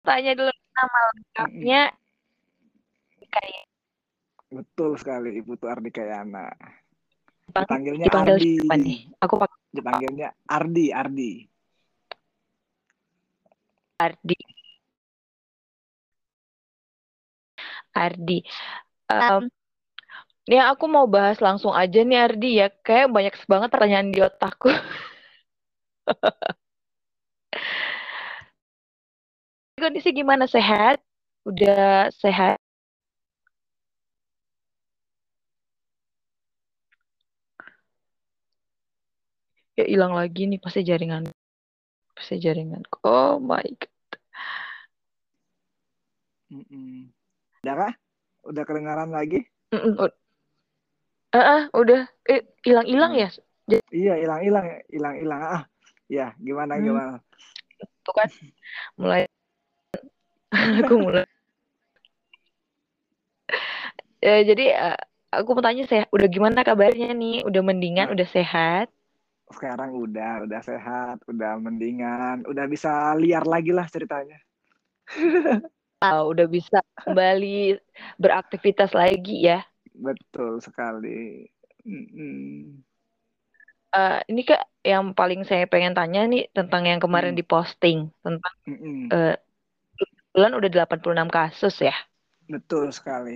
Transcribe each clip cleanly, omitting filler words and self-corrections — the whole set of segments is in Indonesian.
tanya dulu nama Mm-mm. lengkapnya kayak Betul sekali, Ibu Tuh Ardikayana. dipanggil, Dipanggilnya dipanggil Ardi. siapa nih? Aku pakai Dipanggilnya Ardi, Ardi. Ardi. Ardi. Em, Nih aku mau bahas langsung aja nih Ardi ya. Kayak banyak banget pertanyaan di otakku. Kondisi gimana, sehat? Udah sehat? Ya hilang lagi nih pasti jaringan. Pasti jaringanku. Oh my God. Mm-mm. Udah kah? Udah kedengaran lagi? Mm-mm, udah. Hilang-hilang Hmm. ya? Jadi, Iya, hilang-hilang, hilang-hilang. Ya, gimana hmm, gimana? tuh kan mulai aku mulai. Jadi aku mau tanya sehat. Udah gimana kabarnya nih? Udah mendingan? Nah, Udah sehat? sekarang udah sehat, udah mendingan, udah bisa liar lagi lah ceritanya. Udah bisa kembali beraktivitas lagi ya? Betul sekali. Mm-mm. Ini Kak, yang paling saya pengen tanya nih tentang yang kemarin Mm-mm. diposting tentang Mm-mm. uh, bulan udah 86 kasus ya. Betul sekali.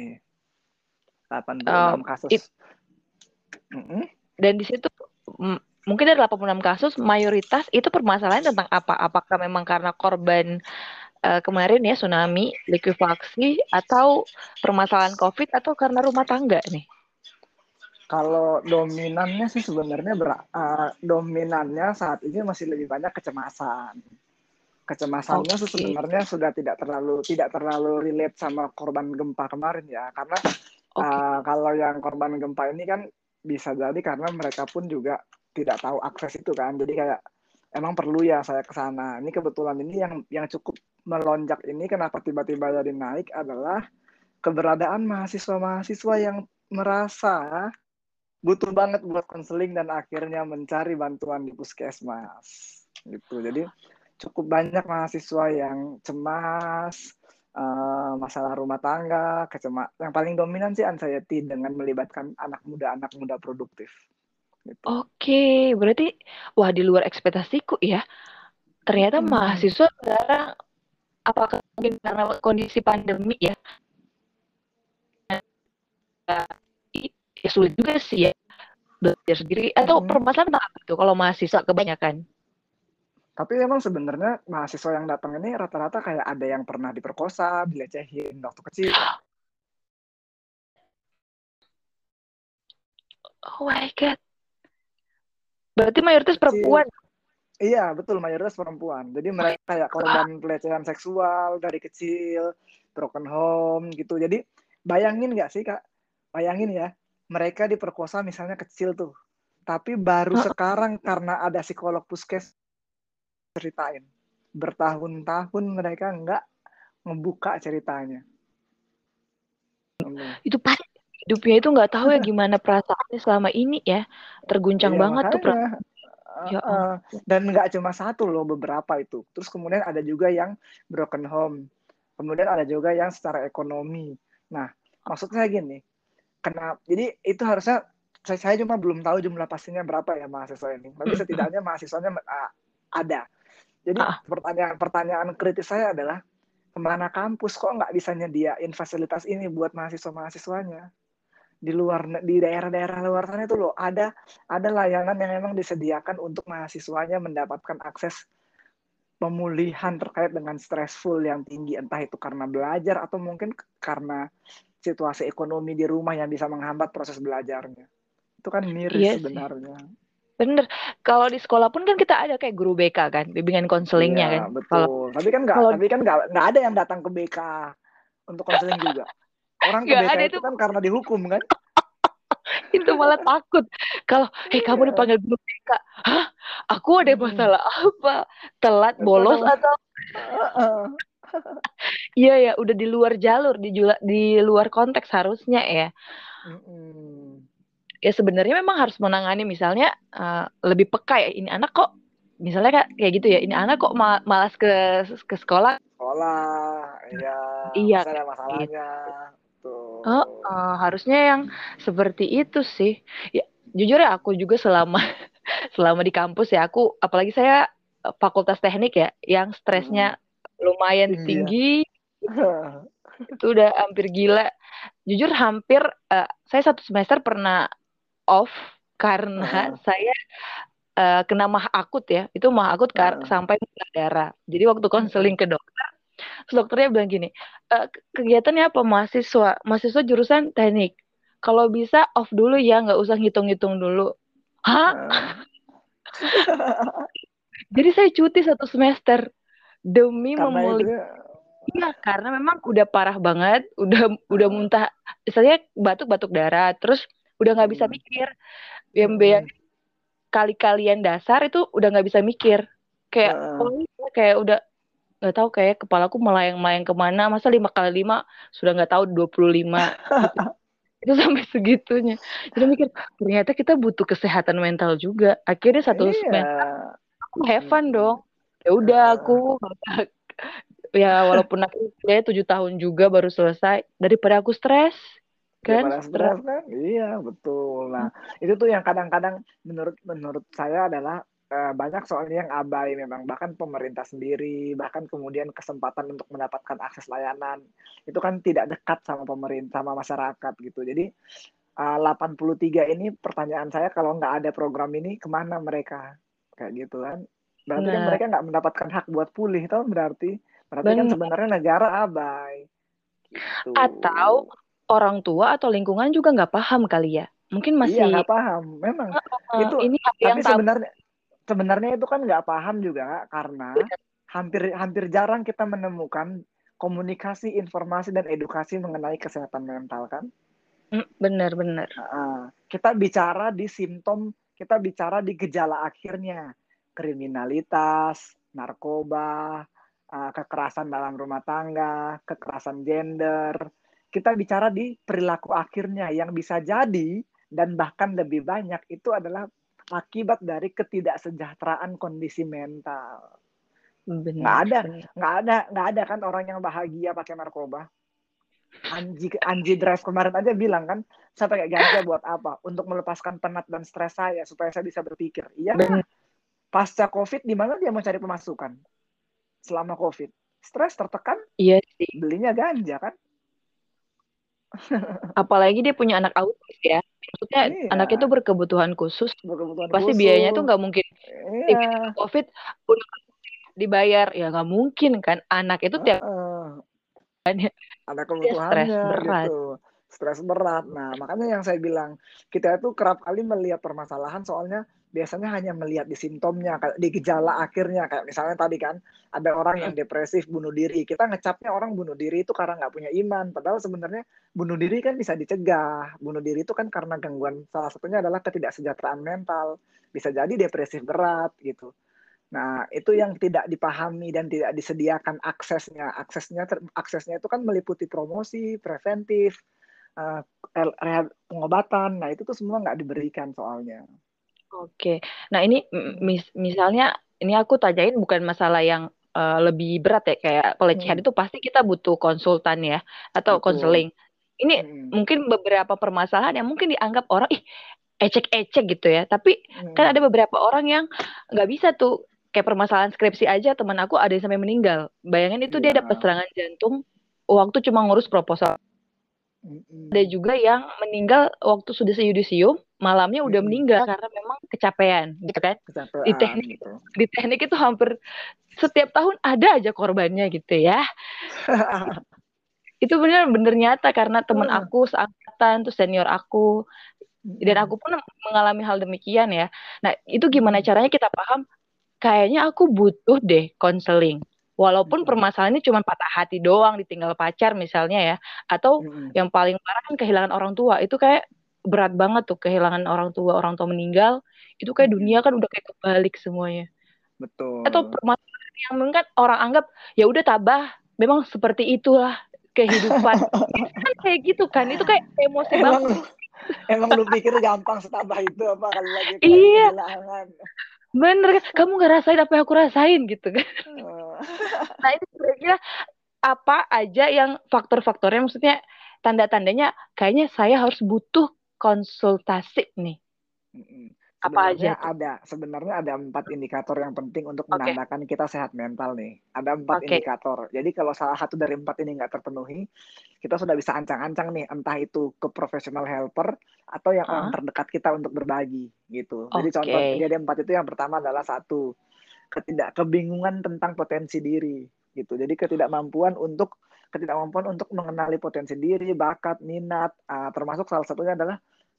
86 Uh, kasus. it, Mm-mm. dan di situ mm, mungkin dari 86 kasus mayoritas itu permasalahan tentang apa? Apakah memang karena korban kemarin ya tsunami, likuifaksi, atau permasalahan COVID atau karena rumah tangga nih? Kalau dominannya sih sebenarnya dominannya saat ini masih lebih banyak kecemasan. Kecemasannya sih Oke, sebenarnya sudah tidak terlalu relate sama korban gempa kemarin ya, karena oke, kalau yang korban gempa ini kan bisa jadi karena mereka pun juga tidak tahu akses itu kan, jadi kayak emang perlu ya saya ke sana. Ini kebetulan ini yang cukup melonjak ini kenapa tiba-tiba jadi naik adalah keberadaan mahasiswa-mahasiswa yang merasa butuh banget buat konseling dan akhirnya mencari bantuan di puskesmas gitu. Jadi cukup banyak mahasiswa yang cemas, masalah rumah tangga, yang paling dominan sih anxiety dengan melibatkan anak muda produktif gitu. oke. Berarti wah di luar ekspektasiku ya. Ternyata Mm-mm. mahasiswa sekarang apakah mungkin karena kondisi pandemi ya, ya sulit juga sih ya belajar sendiri atau Mm-mm. permasalahan apa itu kalau mahasiswa kebanyakan? Tapi memang sebenarnya mahasiswa yang datang ini rata-rata kayak ada yang pernah diperkosa, dilecehin waktu kecil. Oh my God. Berarti mayoritas perempuan. Iya, betul, mayoritas perempuan. Jadi Oh my mereka kayak God. korban pelecehan seksual dari kecil, broken home gitu. Jadi bayangin nggak sih, Kak? Bayangin ya, mereka diperkosa misalnya kecil tuh. Tapi baru sekarang karena ada psikolog puskes ceritain. Bertahun-tahun mereka nggak ngebuka ceritanya. Itu pasti hidupnya itu nggak tahu ya gimana perasaannya selama ini ya. Terguncang Iya, banget tuh makanya. perasaan. Ya ampun. Dan nggak cuma satu loh, beberapa itu. Terus kemudian ada juga yang broken home. Kemudian ada juga yang secara ekonomi. Nah, maksudnya gini, jadi itu harusnya saya cuma belum tahu jumlah pastinya berapa ya mahasiswa ini. Tapi setidaknya mahasiswanya ada. Jadi Ah, pertanyaan kritis saya adalah kemana kampus kok nggak bisa nyediain fasilitas ini buat mahasiswa-mahasiswanya di daerah-daerah luar sana itu loh ada layanan yang memang disediakan untuk mahasiswanya mendapatkan akses pemulihan terkait dengan stressful yang tinggi, entah itu karena belajar atau mungkin karena situasi ekonomi di rumah yang bisa menghambat proses belajarnya. Itu kan miris iya sih. sebenarnya. Bener. Kalau di sekolah pun kan kita ada kayak guru BK kan, bimbingan Iya, konselingnya kan. Kalau betul. Tapi kan nggak kalau tapi kan nggak ada yang datang ke BK untuk konseling juga. Orang ke nggak BK ada itu itu, kan karena dihukum kan. itu malah takut. Kalau, kamu Iya. dipanggil guru BK, hah? Aku ada Mm-mm. masalah apa? Telat Itu ada bolos atau iya ya udah di luar jalur, di luar konteks harusnya ya. Mm-mm. Ya sebenarnya memang harus menangani misalnya lebih peka ya ini anak kok misalnya kayak gitu ya ini anak kok malas ke sekolah sekolah, ya Iya pasti ada kayak masalahnya. gitu. Tuh. Harusnya yang seperti itu sih. Ya, jujur ya aku juga selama selama di kampus ya aku apalagi saya fakultas teknik ya yang stresnya Mm-mm. lumayan Tinggi ya. tinggi itu udah hampir gila. Jujur hampir saya satu semester pernah off karena Heeh, saya kena mah akut ya. Itu mah akut heeh, sampai muntah darah. Jadi waktu konseling heeh, ke dokter, terus dokternya bilang gini, kegiatannya apa mahasiswa? Mahasiswa jurusan teknik. Kalau bisa off dulu ya, nggak usah ngitung-ngitung dulu. Hah? heeh. Jadi saya cuti satu semester demi Karena itu memulihkan. ya. Iya, karena memang udah parah banget, udah Heeh, muntah, misalnya batuk-batuk darah, terus udah nggak bisa mm, mikir. Yang mm, kali-kalian dasar itu udah nggak bisa mikir. Kayak heeh. oh iya, kayak udah nggak tahu kayak kepalaku melayang-layang kemana. Masa 5 kali 5 sudah nggak tahu 25 gitu. Itu sampai segitunya. Jadi mikir ternyata kita butuh kesehatan mental juga. Akhirnya satu Iya. semester aku have fun dong. Mm, Ya udah aku heeh. ya walaupun aku kuliah 7 tahun juga baru selesai daripada aku stres kan Daripada stres. stres kan, iya betul. Nah itu tuh yang kadang-kadang menurut menurut saya adalah banyak soalnya yang abai memang, bahkan pemerintah sendiri, bahkan kemudian kesempatan untuk mendapatkan akses layanan itu kan tidak dekat sama pemerintah, sama masyarakat gitu. Jadi 83 ini pertanyaan saya, kalau nggak ada program ini kemana mereka, kayak gitu kan? Berarti kan Bener, mereka nggak mendapatkan hak buat pulih, tau? Berarti kan bener. sebenarnya negara abai gitu. Atau orang tua atau lingkungan juga nggak paham kali ya. Mungkin Iya masih nggak paham, memang itu. ini hal Tapi yang tabu. sebenarnya sebenarnya itu kan nggak paham juga Kak, karena hampir hampir jarang kita menemukan komunikasi, informasi dan edukasi mengenai kesehatan mental kan. Bener-bener. Kita bicara di simptom, kita bicara di gejala akhirnya, kriminalitas, narkoba, kekerasan dalam rumah tangga, kekerasan gender. Kita bicara di perilaku akhirnya yang bisa jadi dan bahkan lebih banyak itu adalah akibat dari ketidaksejahteraan kondisi mental. Nggak Bener, ada, bener. nggak ada kan orang yang bahagia pakai narkoba. Anji Anji Drive kemarin aja bilang kan, saya pakai ganja buat apa? Untuk melepaskan penat dan stres saya supaya saya bisa berpikir. Iyalah, Bener. pasca COVID di mana dia mau cari pemasukan selama COVID? Stres, tertekan, Iya sih. belinya ganja kan? Apalagi dia punya anak autis ya. Maksudnya anaknya Iya, tuh berkebutuhan khusus. berkebutuhan Pasti biayanya tuh khusus. nggak mungkin Iya, tiba-tiba COVID udah dibayar. Ya nggak mungkin kan. Anak itu tiap uh-uh. hari Ada dia stres kebutuhannya berat. gitu, stres berat. Nah makanya yang saya bilang, kita itu kerap kali melihat permasalahan soalnya biasanya hanya melihat di simptomnya, di gejala akhirnya, kayak misalnya tadi kan ada orang yang depresif bunuh diri, kita ngecapnya orang bunuh diri itu karena nggak punya iman, padahal sebenarnya bunuh diri kan bisa dicegah. Bunuh diri itu kan karena gangguan, salah satunya adalah ketidaksejahteraan mental, bisa jadi depresif berat gitu. Nah, itu yang tidak dipahami dan tidak disediakan aksesnya. Aksesnya itu kan meliputi promosi, preventif, uh, pengobatan. Nah, itu tuh semua nggak diberikan soalnya. Oke. Nah, ini misalnya ini aku tanyain bukan masalah yang lebih berat ya kayak pelecehan Hmm, itu pasti kita butuh konsultan ya atau betul. konseling. Ini Hmm, mungkin beberapa permasalahan yang mungkin dianggap orang ih ecek-ecek gitu ya. Tapi kan ada hmm, beberapa orang yang nggak bisa tuh kayak permasalahan skripsi aja teman aku ada yang sampai meninggal. Bayangin itu dia iya. dapat serangan jantung waktu cuma ngurus proposal. Ada Hmm, juga yang meninggal waktu sudah seyudisium, malamnya udah hmm, meninggal karena memang kecapean, gitu kan? Di kecapean teknik, gitu. di teknik itu hampir setiap tahun ada aja korbannya gitu ya. Itu benar-benar nyata karena temen aku seangkatan, tuh senior aku, dan Hmm, aku pun mengalami hal demikian ya. Nah, itu gimana hmm, caranya kita paham? Kayaknya aku butuh deh konseling. Walaupun hmm, permasalahannya cuma patah hati doang, ditinggal pacar misalnya ya. Atau hmm, yang paling parah kan kehilangan orang tua. Itu kayak berat banget tuh kehilangan orang tua meninggal. Itu kayak dunia hmm. kan udah kayak kebalik semuanya. Atau Betul. permasalahan yang mungkin orang anggap ya udah tabah, memang seperti itulah kehidupan. Itu kan kayak gitu kan. Itu kayak emosi Emang banget. lu, emang lu pikir gampang setabah itu apa kalau lagi Iya, kehilangan? Bener kan? Kamu nggak rasain apa yang aku rasain gitu kan. Eh, Nah itu kira-kira apa aja yang faktor-faktornya, maksudnya tanda-tandanya kayaknya saya harus butuh konsultasi nih. Mm-mm. Apa aja tuh? Sebenarnya ada 4 indikator yang penting untuk Oke, menandakan kita sehat mental nih. Ada empat oke. indikator. Jadi kalau salah satu dari 4 ini nggak terpenuhi, kita sudah bisa ancang-ancang nih, entah itu ke professional helper atau yang orang Hah? terdekat kita untuk berbagi gitu. Jadi Oke. contoh, jadi ada 4 itu. Yang pertama adalah satu, kebingungan tentang potensi diri gitu. Jadi ketidakmampuan untuk mengenali potensi diri, bakat, minat, termasuk salah satunya adalah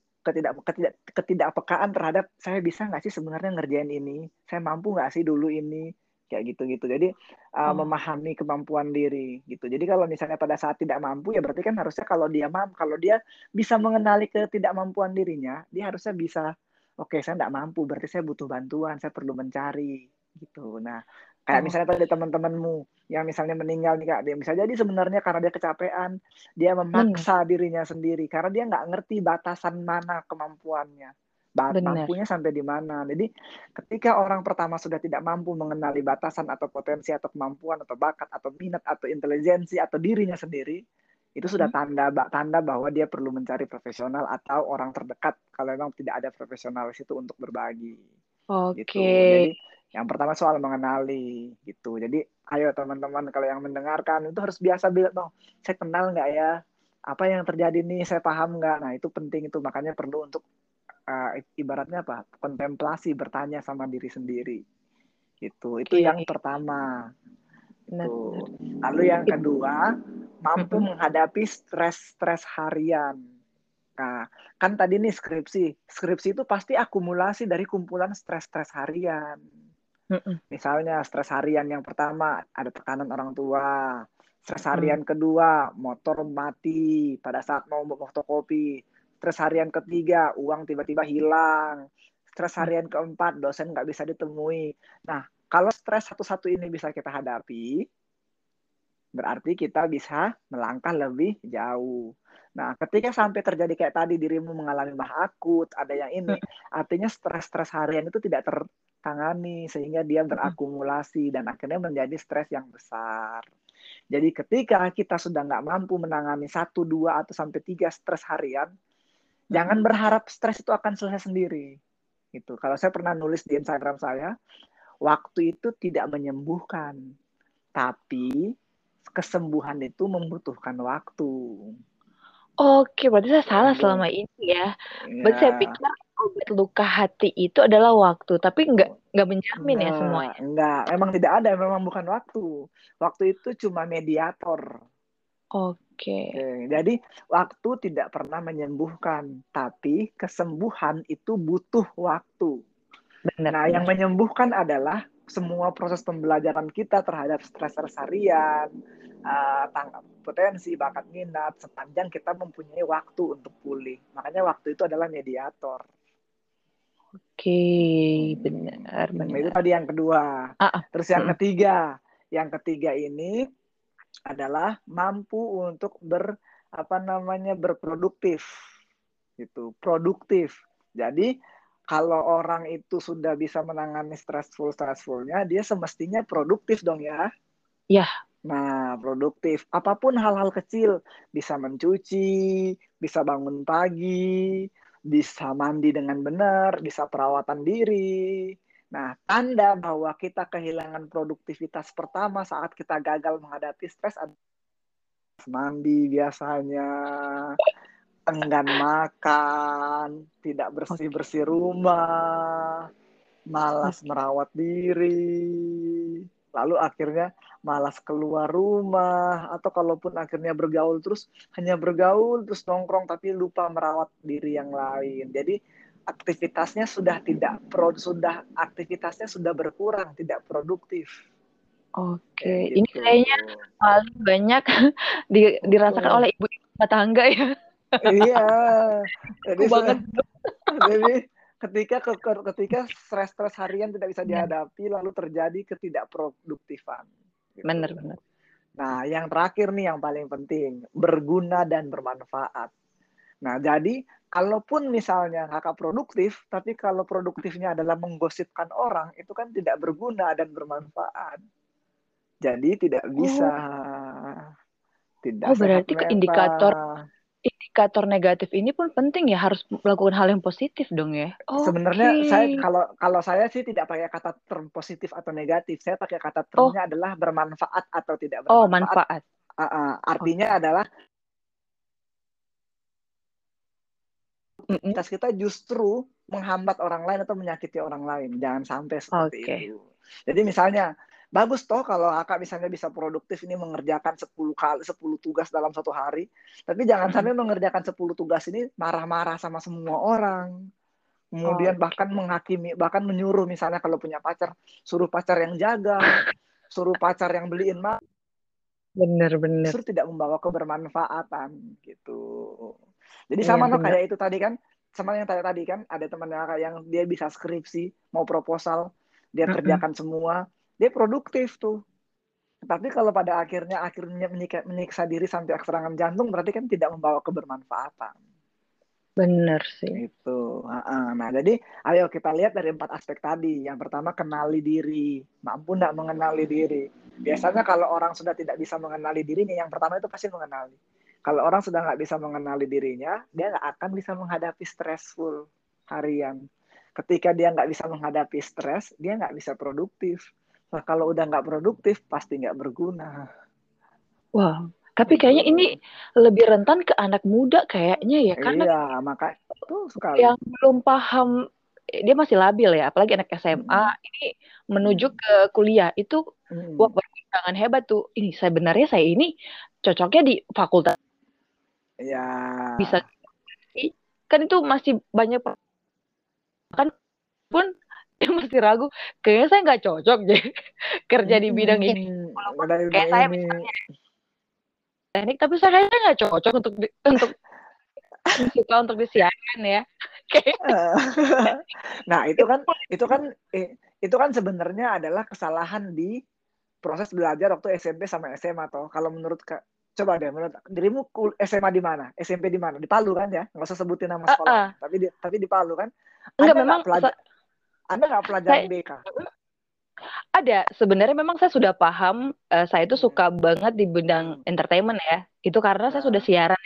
ketidakpekaan terhadap saya bisa nggak sih sebenarnya ngerjain ini, saya mampu nggak sih dulu ini, kayak gitu-gitu. Jadi Oh, memahami kemampuan diri gitu. Jadi kalau misalnya pada saat tidak mampu, ya berarti kan harusnya kalau dia bisa mengenali ketidakmampuan dirinya, dia harusnya bisa, oke, saya nggak mampu, berarti saya butuh bantuan, saya perlu mencari gitu. Nah, kayak misalnya tadi oke. teman-temanmu yang misalnya meninggal nih Kak, dia bisa jadi sebenarnya karena dia kecapean, dia Bener, memaksa dirinya sendiri karena dia nggak ngerti batasan mana kemampuannya, bener. mampunya sampai di mana. Jadi ketika orang pertama sudah tidak mampu mengenali batasan atau potensi atau kemampuan atau bakat atau minat atau intelijensi atau dirinya sendiri, itu sudah Hmm? tanda bahwa dia perlu mencari profesional atau orang terdekat kalau memang tidak ada profesional itu untuk berbagi Oke. gitu. Jadi yang pertama soal mengenali gitu. Jadi ayo teman-teman kalau yang mendengarkan itu harus biasa bilang, dong, saya kenal nggak ya? Apa yang terjadi nih? Saya paham nggak? Nah itu penting itu. Makanya perlu untuk ibaratnya apa? Kontemplasi, bertanya sama diri sendiri. Gitu. Itu Oke. yang pertama. Bener-bener. Itu. Lalu yang kedua, mampu Mm-mm. menghadapi stres-stres harian. Nah, kan tadi nih skripsi. Skripsi itu pasti akumulasi dari kumpulan stres-stres harian. Mm-mm. Misalnya stres harian yang pertama ada tekanan orang tua. Stres Mm-mm. harian kedua, motor mati pada saat mau fotokopi. Stres harian ketiga, uang tiba-tiba hilang. Stres Mm. harian keempat, dosen nggak bisa ditemui. Nah, kalau stres satu-satu ini bisa kita hadapi, berarti kita bisa melangkah lebih jauh. Nah, ketika sampai terjadi kayak tadi dirimu mengalami mah akut, ada yang ini, artinya stres-stres harian itu tidak tertangani sehingga dia Mm-mm. berakumulasi dan akhirnya menjadi stres yang besar. Jadi ketika kita sudah nggak mampu menangani 1, 2, atau sampai 3 stres harian, Mm-mm. jangan berharap stres itu akan selesai sendiri. Gitu. Kalau saya pernah nulis di Instagram saya, waktu itu tidak menyembuhkan, tapi kesembuhan itu membutuhkan waktu. Oke, berarti saya salah Sembuh. selama ini ya. Berarti saya Ya, pikir obat luka hati itu adalah waktu, tapi nggak menjamin ya semuanya. enggak. Memang tidak ada, memang bukan waktu. Waktu itu cuma mediator. Oke, Oke, jadi waktu tidak pernah menyembuhkan, tapi kesembuhan itu butuh waktu. Nah, yang benar-benar. menyembuhkan adalah semua proses pembelajaran kita terhadap stres harian, potensi, bakat minat, sepanjang kita mempunyai waktu untuk pulih. Makanya waktu itu adalah mediator. Oke, Itu benar-benar. tadi yang kedua. Ah, ah. Terus Mm-mm. yang ketiga ini adalah mampu untuk berproduktif, gitu, produktif. Jadi kalau orang itu sudah bisa menangani stressfulnya, dia semestinya produktif dong ya. Ya, Nah, produktif. Apapun hal-hal kecil. Bisa mencuci, bisa bangun pagi, bisa mandi dengan benar, bisa perawatan diri. Nah, tanda bahwa kita kehilangan produktivitas pertama saat kita gagal menghadapi stres adalah mandi biasanya, enggan makan, tidak oke, bersih-bersih rumah, malas oke. merawat diri, lalu akhirnya malas keluar rumah, atau kalaupun akhirnya bergaul terus, hanya bergaul terus nongkrong tapi lupa merawat diri yang lain. Jadi aktivitasnya sudah berkurang, tidak produktif. Oke, Kayak ini gitu. kayaknya paling banyak dirasakan oleh ibu-ibu rumah tangga ya. Iya, jadi Aku banget. jadi ketika stres harian tidak bisa Ya, dihadapi, lalu terjadi ketidakproduktifan gitu. benar-benar. Nah, yang terakhir nih yang paling penting, berguna dan bermanfaat. Nah, jadi kalaupun misalnya kakak produktif, tapi kalau produktifnya adalah menggosipkan orang, itu kan tidak berguna dan bermanfaat. Jadi tidak bisa, Oh, tidak oh sehat berarti ke indikator mental. indikator negatif ini pun penting ya, harus melakukan hal yang positif dong ya. Sebenarnya Oke. saya kalau saya sih tidak pakai kata term positif atau negatif. Saya pakai kata Oh, termnya adalah bermanfaat atau tidak oh bermanfaat. manfaat. Artinya Oke. adalah Mm-mm. aktivitas kita justru menghambat orang lain atau menyakiti orang lain. Jangan sampai seperti Oke. itu. Jadi misalnya, bagus toh kalau kakak misalnya bisa produktif ini mengerjakan 10 tugas dalam satu hari. Tapi jangan Mm-mm. sampai mengerjakan 10 tugas ini marah-marah sama semua orang. Kemudian Oke. bahkan menghakimi, bahkan menyuruh misalnya kalau punya pacar, suruh pacar yang jaga, suruh pacar yang beliin makanan, Bener-bener. justru tidak membawa kebermanfaatan gitu. Jadi Iya sama no bener. kayak itu tadi kan, sama yang tadi kan ada teman yang dia bisa skripsi, mau proposal, dia Mm-mm. kerjakan semua, dia produktif tuh. Tapi kalau pada akhirnya menyiksa diri sampai serangan jantung berarti kan tidak membawa kebermanfaatan. Bener sih. Itu. Nah, jadi ayo kita lihat dari 4 aspek tadi. Yang pertama, kenali diri. Mampu nggak mengenali diri? Biasanya kalau orang sudah tidak bisa mengenali dirinya, yang pertama itu pasti mengenali. Kalau orang sudah nggak bisa mengenali dirinya, dia nggak akan bisa menghadapi stressful harian. Ketika dia nggak bisa menghadapi stres, dia nggak bisa produktif. Nah, kalau udah nggak produktif, pasti nggak berguna. Wah, tapi kayaknya ini Itu. lebih rentan ke anak muda kayaknya ya, karena Iya, maka tuh sekali. yang belum paham, dia masih labil ya, apalagi anak SMA Mm-mm. ini menuju Mm-mm. ke kuliah itu, wah Mm-mm. perkembangan hebat tuh. Ini sebenarnya saya ini cocoknya di fakultas Ya, bisa, kan itu masih banyak kan pun dia masih ragu, kayaknya saya nggak cocok deh kerja di bidang ini, walaupun dari bidang kayak saya ini. misalnya teknik, tapi saya kayaknya nggak cocok untuk suka untuk disiarkan ya. Kayak Nah, itu itu kan sebenarnya adalah kesalahan di proses belajar waktu SMP sama SMA toh. Kalau menurut Kak, coba deh menurut dirimu SMA di mana? SMP di mana? Di Palu kan ya? Nggak usah sebutin nama uh, uh, sekolahnya. Tapi di Palu kan? enggak Anda nggak memang pelajar Anda nggak pelajari saya BK? ada sebenarnya, memang saya sudah paham, saya itu Hmm. suka banget di bidang Hmm. entertainment ya. Itu karena saya sudah Nah, siaran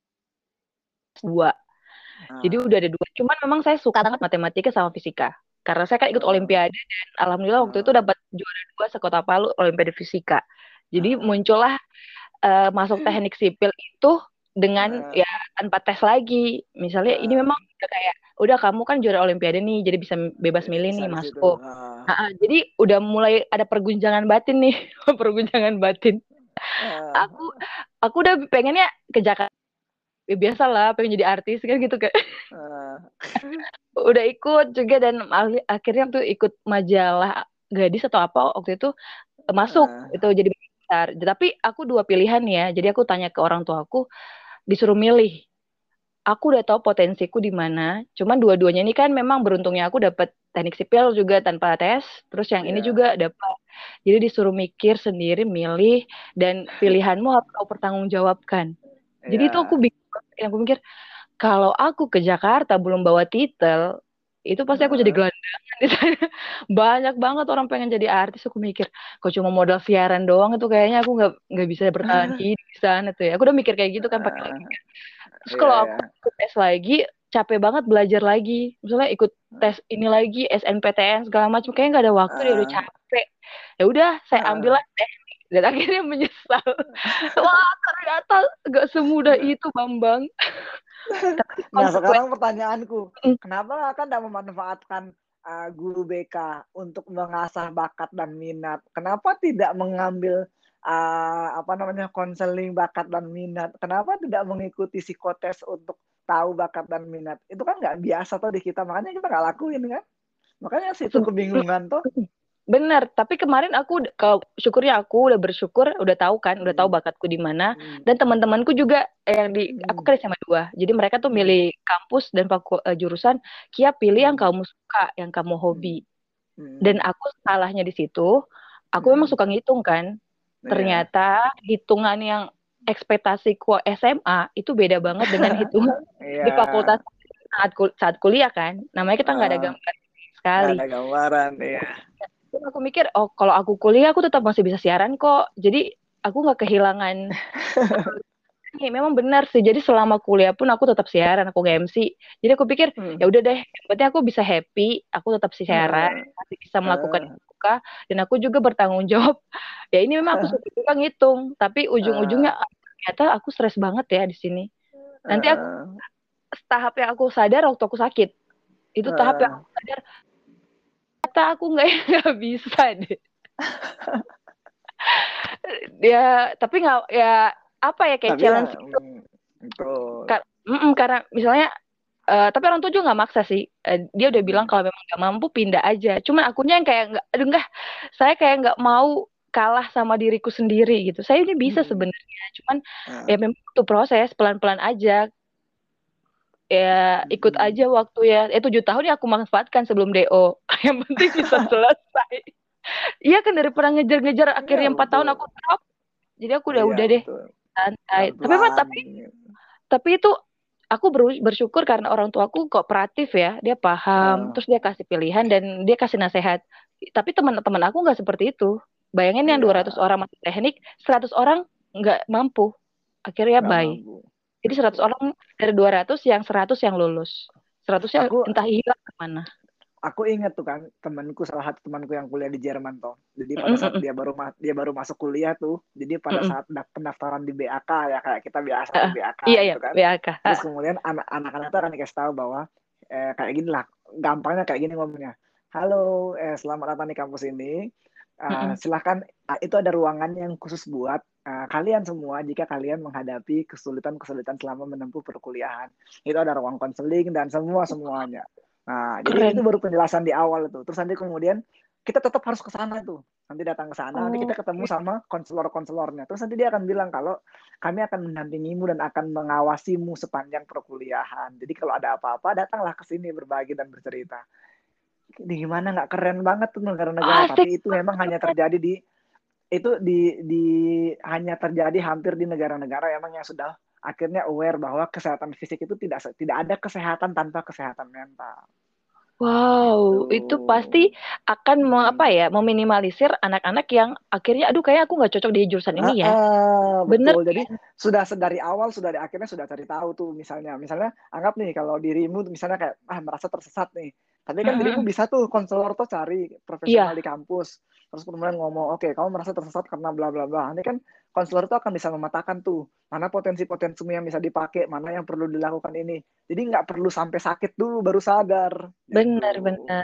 dua. Jadi nah, udah ada dua. Cuman memang saya suka banget matematika sama fisika. Karena saya kan ikut nah, olimpiade dan alhamdulillah waktu itu nah, dapat juara dua sekota Palu olimpiade fisika. Jadi nah, muncullah masuk teknik sipil itu dengan ya nah, tanpa tes lagi. Misalnya ini memang nah. udah kayak udah kamu kan juara olimpiade nih, jadi bisa bebas milih Bisa nih di situ. masuk. Jadi udah mulai ada pergunjangan batin nih, pergunjangan batin. Aku Uh, aku udah pengennya ke Jakarta. Ya, biasa lah, pengen jadi artis kan gitu kan. uh, Udah ikut juga dan akhirnya tuh ikut majalah gadis atau apa waktu itu, masuk uh, itu jadi besar. Tapi aku dua pilihan ya. Jadi aku tanya ke orang tua aku, disuruh milih. Aku udah tahu potensiku di mana. Cuman dua-duanya ini kan memang beruntungnya aku dapat teknik sipil juga tanpa tes, terus yang ini juga ya, dapat. Jadi disuruh mikir sendiri, milih, dan pilihanmu harus kau pertanggungjawabkan. Jadi itu aku ya. bingung, yang aku mikir, kalau aku ke Jakarta belum bawa titel, itu pasti aku jadi Uh, gelandangan di sana. Banyak banget orang pengen jadi artis. Aku mikir, kok cuma modal siaran doang itu kayaknya aku nggak bisa bertahan hidup di sana tuh ya. Aku udah mikir kayak gitu kan pakai lagi. uh, Terus ya, kalau aku ya. ikut tes lagi, capek banget belajar lagi. Misalnya ikut tes ini lagi, SNPTN segala macam, kayaknya nggak ada waktu deh, udah Uh, capek. Ya udah, saya ambil uh. lah teknik dan akhirnya menyesal. Wah, ternyata nggak semudah itu, Bambang. Tapi Nah, sekarang konsekuensi. pertanyaanku, kenapa kakak tidak memanfaatkan guru BK untuk mengasah bakat dan minat? Kenapa tidak mengambil apa namanya konseling bakat dan minat? Kenapa tidak mengikuti psikotes untuk tahu bakat dan minat? Itu kan nggak biasa tuh di kita, makanya kita nggak lakuin kan? Makanya situ kebingungan tuh. Bener, tapi kemarin aku syukurnya aku udah bersyukur, udah tahu kan, udah tahu Hmm, bakatku di mana. hmm, Dan teman-temanku juga yang di aku hmm, kan SMA 2. Jadi mereka tuh hmm, milih kampus dan jurusan, Kia pilih yang hmm, kamu suka, yang kamu hobi. hmm, Dan hmm, aku salahnya di situ, aku memang hmm. suka ngitung kan. Iya. Ternyata hitungan yang ekspektasiku SMA itu beda banget dengan hitungan Iya, di fakultas saat kuliah kan. Namanya kita nggak ada eh, gambar nggak sekali. ada gambaran ya. Terus aku mikir, oh kalau aku kuliah aku tetap masih bisa siaran kok. Jadi aku nggak kehilangan. Iya, memang benar sih. Jadi selama kuliah pun aku tetap siaran, aku nge-MC. Jadi aku pikir Hmm. ya udah deh, yang penting aku bisa happy, aku tetap siaran, Eh, masih bisa melakukan eh, yang suka, dan aku juga bertanggung jawab. Ya ini memang aku suka ngitung, tapi ujung-ujungnya eh, ternyata aku stres banget ya di sini. Nanti aku eh, tahap yang aku sadar waktu aku sakit, itu tahap yang eh. aku sadar ternyata aku nggak nggak bisa deh. Ya tapi nggak ya apa ya kayak Tapi ya, challenge gitu. betul. Karena misalnya tapi orang tua juga nggak maksa sih. Dia udah bilang Hmm, kalau memang nggak mampu pindah aja. Cuman akunya yang kayak nggak, aduh nggak, saya kayak nggak mau kalah sama diriku sendiri gitu. Saya ini bisa hmm, sebenarnya, cuman ya eh, memang butuh proses pelan-pelan aja. Ya ikut hmm. aja waktu ya. 7 tahun ya aku manfaatkan sebelum DO. Yang penting bisa selesai. Iya kan daripada ngejar-ngejar Iya akhirnya 4 tahun betul. aku drop. Jadi aku Iya udah deh betul. santai. Tapi Pelan-pelan. tapi itu aku bersyukur karena orang tuaku kooperatif ya, dia paham, Eh, terus dia kasih pilihan dan dia kasih nasihat. Tapi teman-teman aku nggak seperti itu. Bayangin yang 200 iya, orang masuk teknik, 100 orang nggak mampu. Akhirnya nggak bye. mampu. Jadi 100 Betul. orang dari 200 yang 100 yang lulus. 100-nya Aku entah hilang kemana. aku ingat tuh kan temanku, salah satu temanku yang kuliah di Jerman toh. Jadi pada Mm-mm, saat mm-mm, dia baru masuk kuliah tuh, jadi pada mm-mm. saat pendaftaran di BAK ya kayak kita biasa tuh Ah, BAK iya ya, gitu kan. BAK. Terus kemudian anak-anak itu akan dikasih tahu bahwa kayak gini lah, gampangnya kayak gini ngomongnya. Halo, selamat datang di kampus ini. Mm-mm. Silahkan, itu ada ruangan yang khusus buat kalian semua jika kalian menghadapi kesulitan-kesulitan selama menempuh perkuliahan. Itu ada ruang konseling dan semuanya. Nah, jadi itu Keren. baru penjelasan di awal itu. Terus nanti kemudian kita tetap harus ke sana tuh. Nanti datang ke sana, nanti kita ketemu Oke. sama konselor-konselornya. Terus nanti dia akan bilang kalau kami akan mendampingimu dan akan mengawasimu sepanjang perkuliahan. Jadi kalau ada apa-apa, datanglah ke sini berbagi dan bercerita. Ini gimana nggak keren banget tuh negara-negara, Asik tapi itu memang hanya banget. terjadi itu di hanya terjadi hampir di negara-negara emang yang sudah akhirnya aware bahwa kesehatan fisik itu tidak ada kesehatan tanpa kesehatan mental. Wow, Itu. itu pasti akan apa Hmm. ya, meminimalisir anak-anak yang akhirnya, aduh kayak aku nggak cocok di jurusan ini ya. Bener Betul. Jadi kan? sudah dari awal akhirnya sudah cari tahu tuh misalnya anggap nih kalau dirimu misalnya kayak merasa tersesat nih. Tapi kan dirimu Mm-mm. bisa tuh konselor tuh cari profesional Iya, di kampus. Terus kemudian ngomong, oke, kamu merasa tersesat karena bla bla bla. Nanti kan konselor itu akan bisa memetakan tuh mana potensi-potensimu yang bisa dipakai, mana yang perlu dilakukan ini. Jadi nggak perlu sampai sakit dulu baru sadar gitu. benar-benar.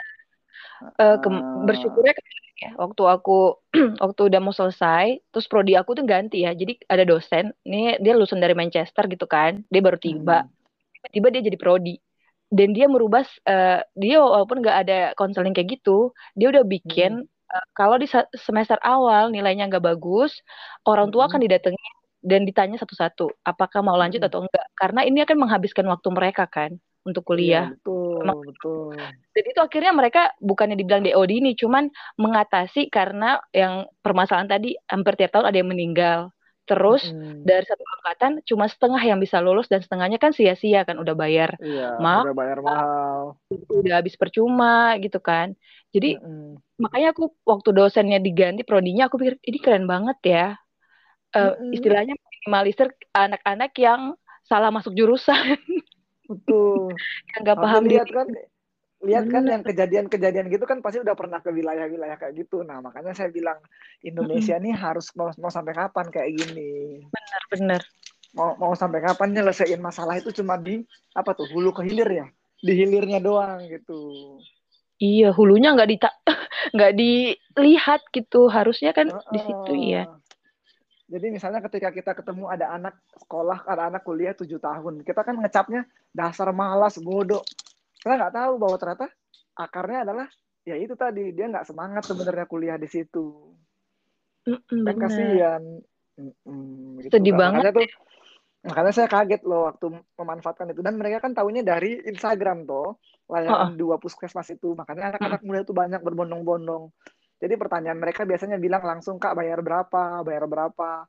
Uh, Bersyukurnya kemarin ya, waktu aku waktu udah mau selesai, terus prodi aku tuh ganti ya. Jadi ada dosen, ini dia lulusan dari Manchester gitu kan, dia baru tiba, tiba-tiba dia jadi prodi. Dan dia merubah, dia walaupun nggak ada konseling kayak gitu, dia udah bikin kalau di semester awal nilainya nggak bagus, orang tua akan didatangi dan ditanya satu-satu, apakah mau lanjut atau enggak. Karena ini akan menghabiskan waktu mereka kan untuk Iya kuliah. betul Emang- betul. Dan itu akhirnya mereka bukannya dibilang DOD ini, cuman mengatasi karena yang permasalahan tadi hampir tiap tahun ada yang meninggal. Terus Mm-mm. dari satu angkatan cuma setengah yang bisa lulus dan setengahnya kan sia-sia kan udah bayar Iya, mahal, udah bayar mahal. udah habis percuma gitu kan. Jadi Mm-mm. makanya aku waktu dosennya diganti prodinya aku pikir ini keren banget ya. Mm-mm. Istilahnya minimalisir anak-anak yang salah masuk jurusan Betul. yang nggak Nanti paham diri. lihat kan Bener. yang kejadian-kejadian gitu kan pasti udah pernah ke wilayah-wilayah kayak gitu. Nah, makanya saya bilang Mm-mm. Indonesia nih harus mau sampai kapan kayak gini? Bener. Mau sampai kapan nyelesain masalah itu cuma di apa tuh hulu ke hilir ya? Di hilirnya doang gitu. Iya, hulunya nggak dilihat gitu. Harusnya kan di situ ya. Uh-uh. Jadi misalnya ketika kita ketemu ada anak sekolah, ada anak kuliah 7 tahun, kita kan ngecapnya dasar malas, bodoh. Kita nggak tahu bahwa ternyata akarnya adalah ya itu tadi dia nggak semangat sebenarnya kuliah di situ. Kan Bener. kasihan. Gitu Sedih kan. banget. Makanya saya kaget loh waktu memanfaatkan itu dan mereka kan tahunya dari Instagram tuh Oh, oh. layanan dua puskesmas itu. Makanya Mm-mm. anak-anak muda itu banyak berbondong-bondong. Jadi pertanyaan mereka biasanya bilang langsung Kak bayar berapa, bayar berapa.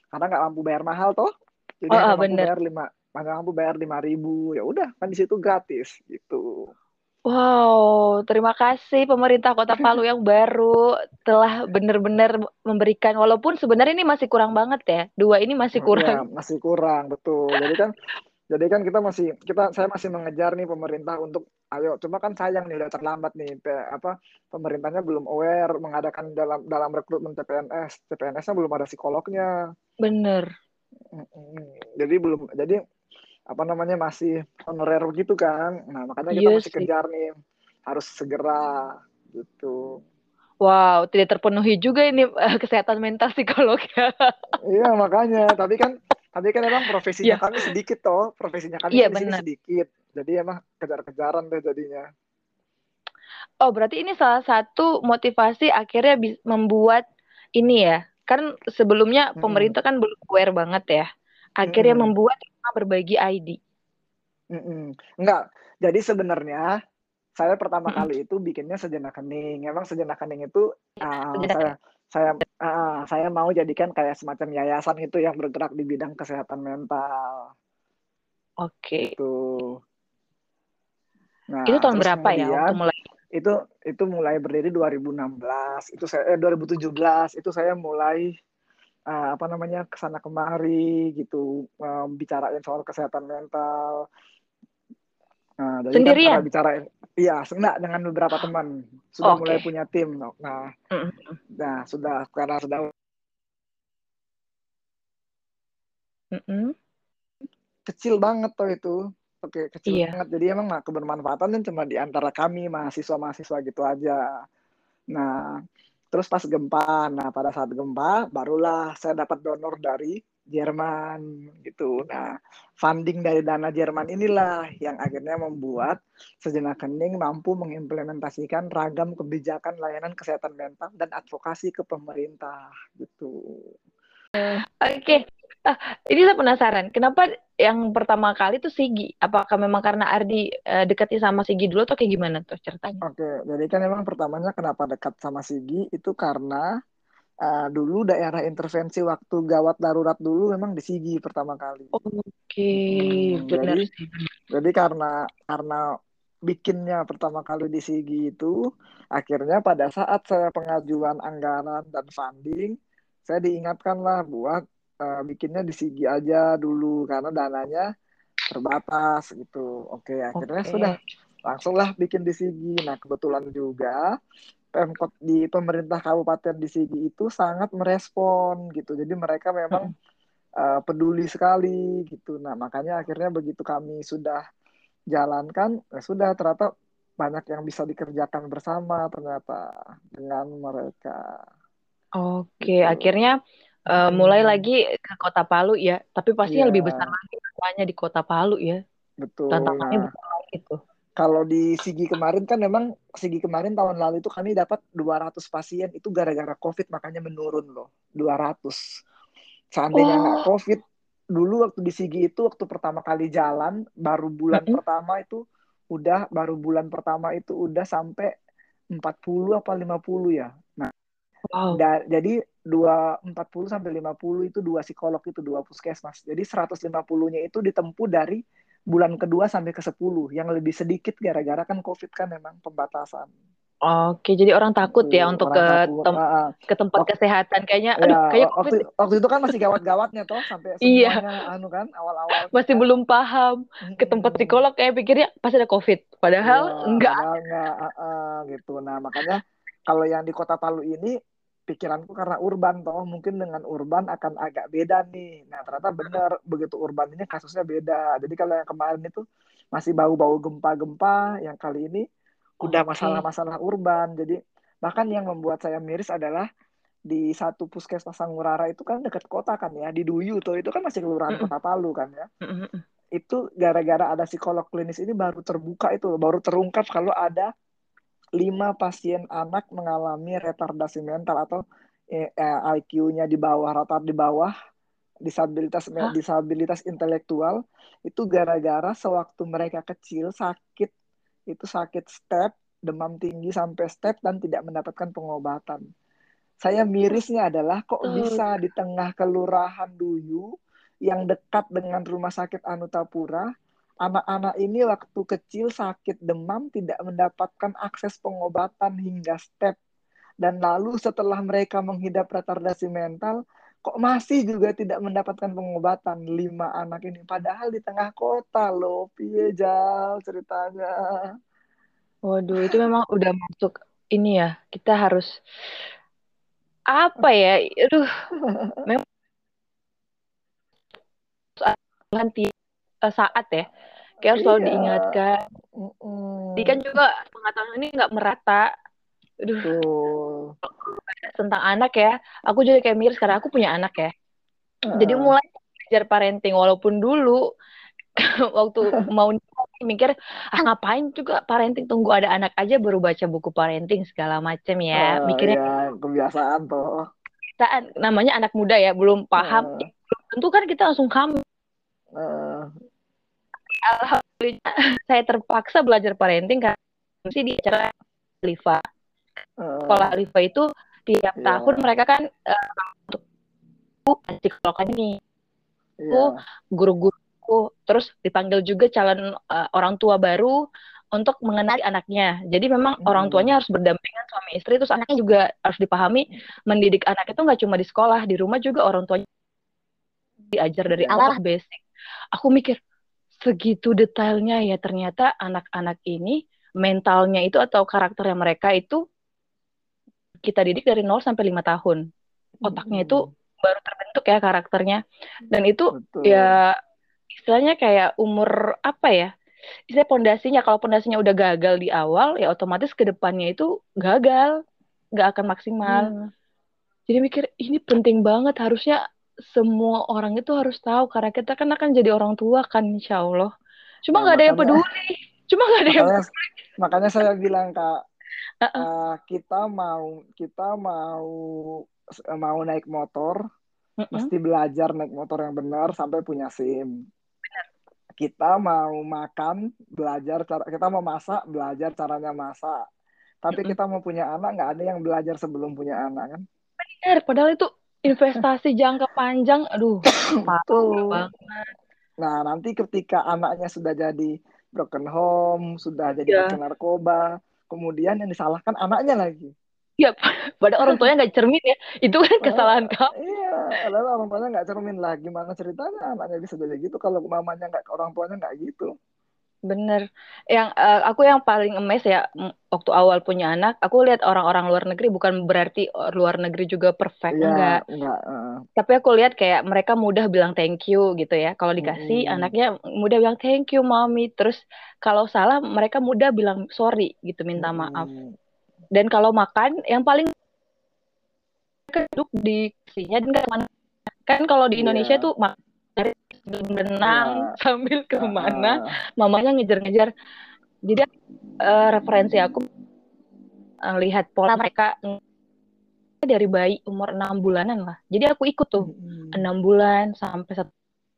karena nggak mampu bayar mahal toh, jadi Oh, hanya mampu bener. bayar lima ribu, ya udah kan di situ gratis gitu. Wow, terima kasih pemerintah Kota Palu yang baru telah benar-benar memberikan, walaupun sebenarnya ini masih kurang banget ya. Dua ini masih Ya kurang. masih kurang betul, jadi kan saya masih mengejar nih pemerintah untuk ayo, cuma kan sayang nih udah terlambat nih, pemerintahnya belum aware mengadakan dalam dalam rekrutmen CPNS, CPNS-nya belum ada psikolognya. Bener. Jadi apa namanya, masih honorer gitu kan. Nah, makanya kita Iya masih sih. kejar nih, harus segera gitu. Wow, tidak terpenuhi juga ini kesehatan mental psikolognya. Iya, makanya. Tapi kan emang profesinya Iya, kami sedikit toh. Profesinya kami iya kan di sini benar. sedikit. Jadi emang kejar-kejaran deh jadinya. Oh, berarti ini salah satu motivasi akhirnya membuat ini ya. Kan sebelumnya Mm-mm. pemerintah kan belum aware banget ya. Akhirnya Mm-mm. membuat berbagi ID. Mm-mm. Enggak. Jadi sebenarnya saya pertama Mm-mm. kali itu bikinnya Sejenak Hening. Emang Sejenak Hening itu uh, Sejenak. saya saya saya mau jadikan kayak semacam yayasan itu yang bergerak di bidang kesehatan mental Oke. gitu. Itu Nah, tahun terus berapa ya waktu kemudian mulai? itu itu mulai berdiri 2016. 2017 itu saya mulai apa namanya, kesana kemari gitu, bicarain soal kesehatan mental. Nah, jadi kan karena Sendirian? bicarain, iya, enggak, dengan beberapa teman sudah mulai Oke. punya tim. Nah, Mm-mm. sudah, karena sudah Mm-mm. kecil banget tuh itu. Oke, kecil Iya. banget. Jadi emang kebermanfaatan kan cuma di antara kami mahasiswa-mahasiswa gitu aja. Nah, terus pas gempa, nah pada saat gempa barulah saya dapat donor dari Jerman gitu. Nah, funding dari dana Jerman inilah yang akhirnya membuat Sejenak Hening mampu mengimplementasikan ragam kebijakan layanan kesehatan mental dan advokasi ke pemerintah gitu. Oke. Ah, ini saya penasaran. Kenapa yang pertama kali tuh Sigi? Apakah memang karena Ardi dekatnya sama Sigi dulu atau kayak gimana tuh ceritanya? Oke, jadi kan memang pertamanya kenapa dekat sama Sigi itu karena dulu daerah intervensi waktu gawat darurat dulu memang di Sigi pertama kali. Oke, Mm-mm. bener Jadi sih. Jadi karena bikinnya pertama kali di Sigi itu, akhirnya pada saat saya pengajuan anggaran dan funding, saya diingatkan lah buat bikinnya di Sigi aja dulu karena dananya terbatas gitu. Oke, akhirnya sudah Oke. langsunglah bikin di Sigi. Nah, kebetulan juga Pemkot di pemerintah kabupaten di Sigi itu sangat merespon gitu. Jadi mereka memang Mm-mm. peduli sekali gitu. Nah, makanya akhirnya begitu kami sudah jalankan, ya sudah, ternyata banyak yang bisa dikerjakan bersama ternyata dengan mereka Oke, gitu. akhirnya mulai Hmm, lagi ke Kota Palu ya. Tapi pastinya iya, lebih besar lagi masalahnya di Kota Palu ya. betul. Tantangannya Nah, besar lagi tuh. kalau di Sigi kemarin kan memang Sigi kemarin tahun lalu itu kami dapat 200 pasien itu gara-gara COVID, makanya menurun loh. 200. Seandainya nggak Oh, COVID, dulu waktu di Sigi itu waktu pertama kali jalan, mm-mm. baru bulan pertama itu udah sampai 40 apa 50 ya. Nah, Wow. jadi dua 40 sampai 50 itu dua psikolog, itu dua puskesmas. Jadi 150-nya itu ditempuh dari bulan kedua sampai ke 10, yang lebih sedikit gara-gara kan COVID kan memang pembatasan. Oke, jadi orang takut Itu ya untuk orang takut. ke tempat Waktu, kesehatan. Kayaknya, ya, aduh, kayaknya waktu COVID nih. waktu itu kan masih gawat-gawatnya toh, sampai Iya, semuanya anu kan awal-awalnya masih kan. belum paham. Ke tempat Mm-mm. psikolog kayak pikirnya pasti ada COVID. Iya, Padahal enggak. padahal nggak gitu. Nah, makanya kalau yang di Kota Palu ini, pikiranku karena urban toh, mungkin dengan urban akan agak beda nih. Nah, ternyata benar, begitu urban ini kasusnya beda. Jadi kalau yang kemarin itu masih bau-bau gempa-gempa, yang kali ini udah Oke. masalah-masalah urban. Jadi bahkan yang membuat saya miris adalah di satu puskesmas Sangurara itu kan dekat kota kan ya, di Duyu tuh, itu kan masih kelurahan Mm-mm. Kota Palu kan ya. Mm-mm. Itu gara-gara ada psikolog klinis ini baru terbuka itu, baru terungkap kalau ada 5 pasien anak mengalami retardasi mental atau IQ-nya di bawah, rata di bawah, disabilitas Hah? disabilitas intelektual, itu gara-gara sewaktu mereka kecil sakit, itu sakit step, demam tinggi sampai step dan tidak mendapatkan pengobatan. Saya mirisnya adalah kok Betul. bisa di tengah kelurahan Duyu yang dekat dengan Rumah Sakit Anutapura, anak-anak ini waktu kecil sakit demam tidak mendapatkan akses pengobatan hingga step. Dan lalu setelah mereka menghidap retardasi mental, kok masih juga tidak mendapatkan pengobatan 5 anak ini. Padahal di tengah kota loh, piye Jal ceritanya. Waduh, itu memang udah masuk ini ya. Kita harus apa ya? Aduh, memang nanti saat ya. Kayak harus selalu Iya. diingatkan. Jadi kan Mm-mm. juga pengetahuan ini nggak merata. Aduh, Tuh. tentang anak ya. Aku jadi kayak miris karena aku punya anak ya. Jadi Heeh. mulai belajar parenting walaupun dulu waktu mau nikah mikir ngapain juga parenting, tunggu ada anak aja baru baca buku parenting segala macem ya, mikirnya Ya, kebiasaan toh. kita namanya anak muda ya belum paham ya, Heeh. belum tentu kan kita langsung hamil. Heeh. Alhamdulillah saya terpaksa belajar parenting karena sih di acara Liva, sekolah Heeh. Liva itu tiap tahun Iya. mereka kan psikologan ini aku Iya. guru-guru terus dipanggil juga calon orang tua baru untuk mengenali anaknya. Jadi memang orang Mm-mm. tuanya harus berdampingan suami istri, terus anaknya juga harus dipahami mendidik anak itu nggak cuma di sekolah, di rumah juga orang tuanya diajar dari Iya. awal basic. Aku mikir segitu detailnya ya ternyata anak-anak ini mentalnya itu atau karakternya mereka itu kita didik dari 0 sampai 5 tahun. Otaknya itu Mm-mm. baru terbentuk ya karakternya. Dan itu Betul. ya istilahnya kayak umur apa ya? Istilah pondasinya, kalau pondasinya udah gagal di awal, ya otomatis ke depannya itu gagal, nggak akan maksimal. Iya. Jadi mikir ini penting banget, harusnya semua orang itu harus tahu karena kita kan akan jadi orang tua kan, insya Allah. Cuma Nah, nggak ada yang makanya peduli, cuma nggak ada yang makanya peduli. makanya saya bilang Kak, Heeh. kita mau naik motor, Mm-mm. mesti belajar naik motor yang benar sampai punya SIM. Kita mau makan, kita mau masak, belajar caranya masak. Tapi Mm-mm. kita mau punya anak, nggak ada yang belajar sebelum punya anak kan? Padahal itu investasi jangka panjang, aduh, parah Tuh. banget. Nah, nanti ketika anaknya sudah jadi broken home, sudah jadi pakai Ya, narkoba, kemudian yang disalahkan anaknya lagi. ya, pada orang tuanya nggak cermin ya, itu kan kesalahan kamu. Iya, adalah orang tuanya nggak cermin lah. Gimana ceritanya anaknya bisa jadi gitu kalau mamanya nggak, orang tuanya nggak gitu. Bener. Yang aku yang paling emes ya waktu awal punya anak, aku lihat orang-orang luar negeri bukan berarti luar negeri juga perfect, Iya, enggak. nggak. Tapi aku lihat kayak mereka mudah bilang thank you gitu ya. Kalau dikasih Mm-mm. anaknya mudah bilang thank you mami. Terus kalau salah mereka mudah bilang sorry gitu, minta maaf. Mm-mm. Dan kalau makan yang paling duduk di kursinya dan nggak kemana. Kan kalau di Indonesia Iya, tuh dari berenang iya. sambil kemana, Heeh. mamanya ngejar-ngejar. Jadi referensi aku lihat pola mereka dari bayi umur 6 bulanan lah. Jadi aku ikut tuh Mm-mm. 6 bulan sampai satu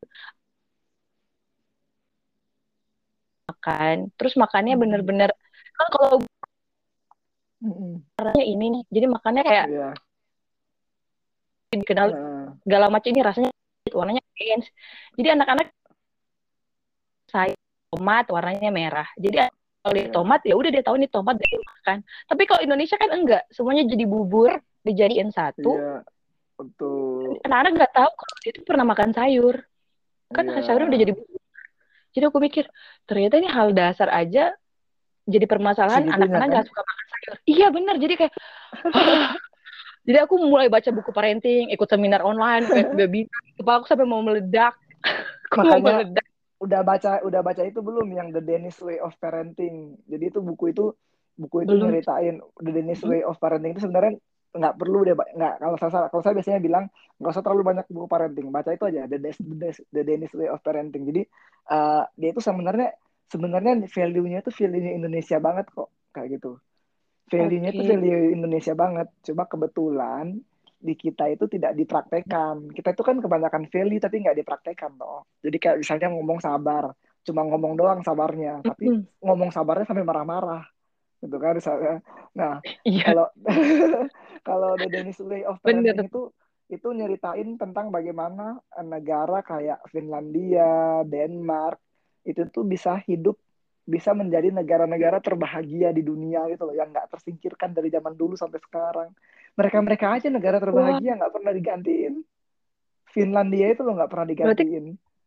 makan. Terus makannya Mm-mm. bener-bener kan kalau Mm-mm. warnanya ini nih, jadi makannya kayak Iya. dikenal Heeh. segala macam ini rasanya warnanya orange. Jadi anak-anak saya tomat warnanya merah. Jadi kalau lihat Iya. tomat ya udah dia tahu ini tomat dia makan. Tapi kalau Indonesia kan enggak, semuanya jadi bubur dijadiin satu. Iya. Betul. Anak-anak nggak tahu kalau dia itu pernah makan sayur. Kan Iya. sayurnya udah jadi bubur. Jadi aku mikir ternyata ini hal dasar aja jadi permasalahan, Segitunya anak-anak kan? nggak suka makan sayur. Iya benar, jadi kayak jadi aku mulai baca buku parenting, ikut seminar online, webinar, kepala aku sampai mau meledak. Aku mau Makanya meledak. udah baca itu belum yang The Danish Way of Parenting. Jadi itu buku itu Belum. nyeritain The Danish Mm-mm. Way of Parenting itu sebenarnya nggak perlu deh, nggak, kalau saya biasanya bilang nggak usah terlalu banyak buku parenting, baca itu aja The Danish Way of Parenting. Jadi dia itu sebenarnya sebenarnya value-nya itu value-nya Indonesia banget kok, kayak gitu. Value-nya itu Oke. value Indonesia banget. Cuma kebetulan di kita itu tidak dipraktekkan. Kita itu kan kebanyakan value tapi nggak dipraktekkan toh. Jadi kayak misalnya ngomong sabar, cuma ngomong doang sabarnya, tapi Mm-mm. ngomong sabarnya sampai marah-marah, gitu kan misalnya. Nah, Iya. kalau Kalau The Danish Way of Bener. Parenting itu nyeritain tentang bagaimana negara kayak Finlandia, Denmark itu tuh bisa hidup, bisa menjadi negara-negara terbahagia di dunia gitu loh, yang nggak tersingkirkan dari zaman dulu sampai sekarang. Mereka-mereka aja negara Wah, terbahagia nggak pernah digantiin. Finlandia itu loh nggak pernah berarti digantiin.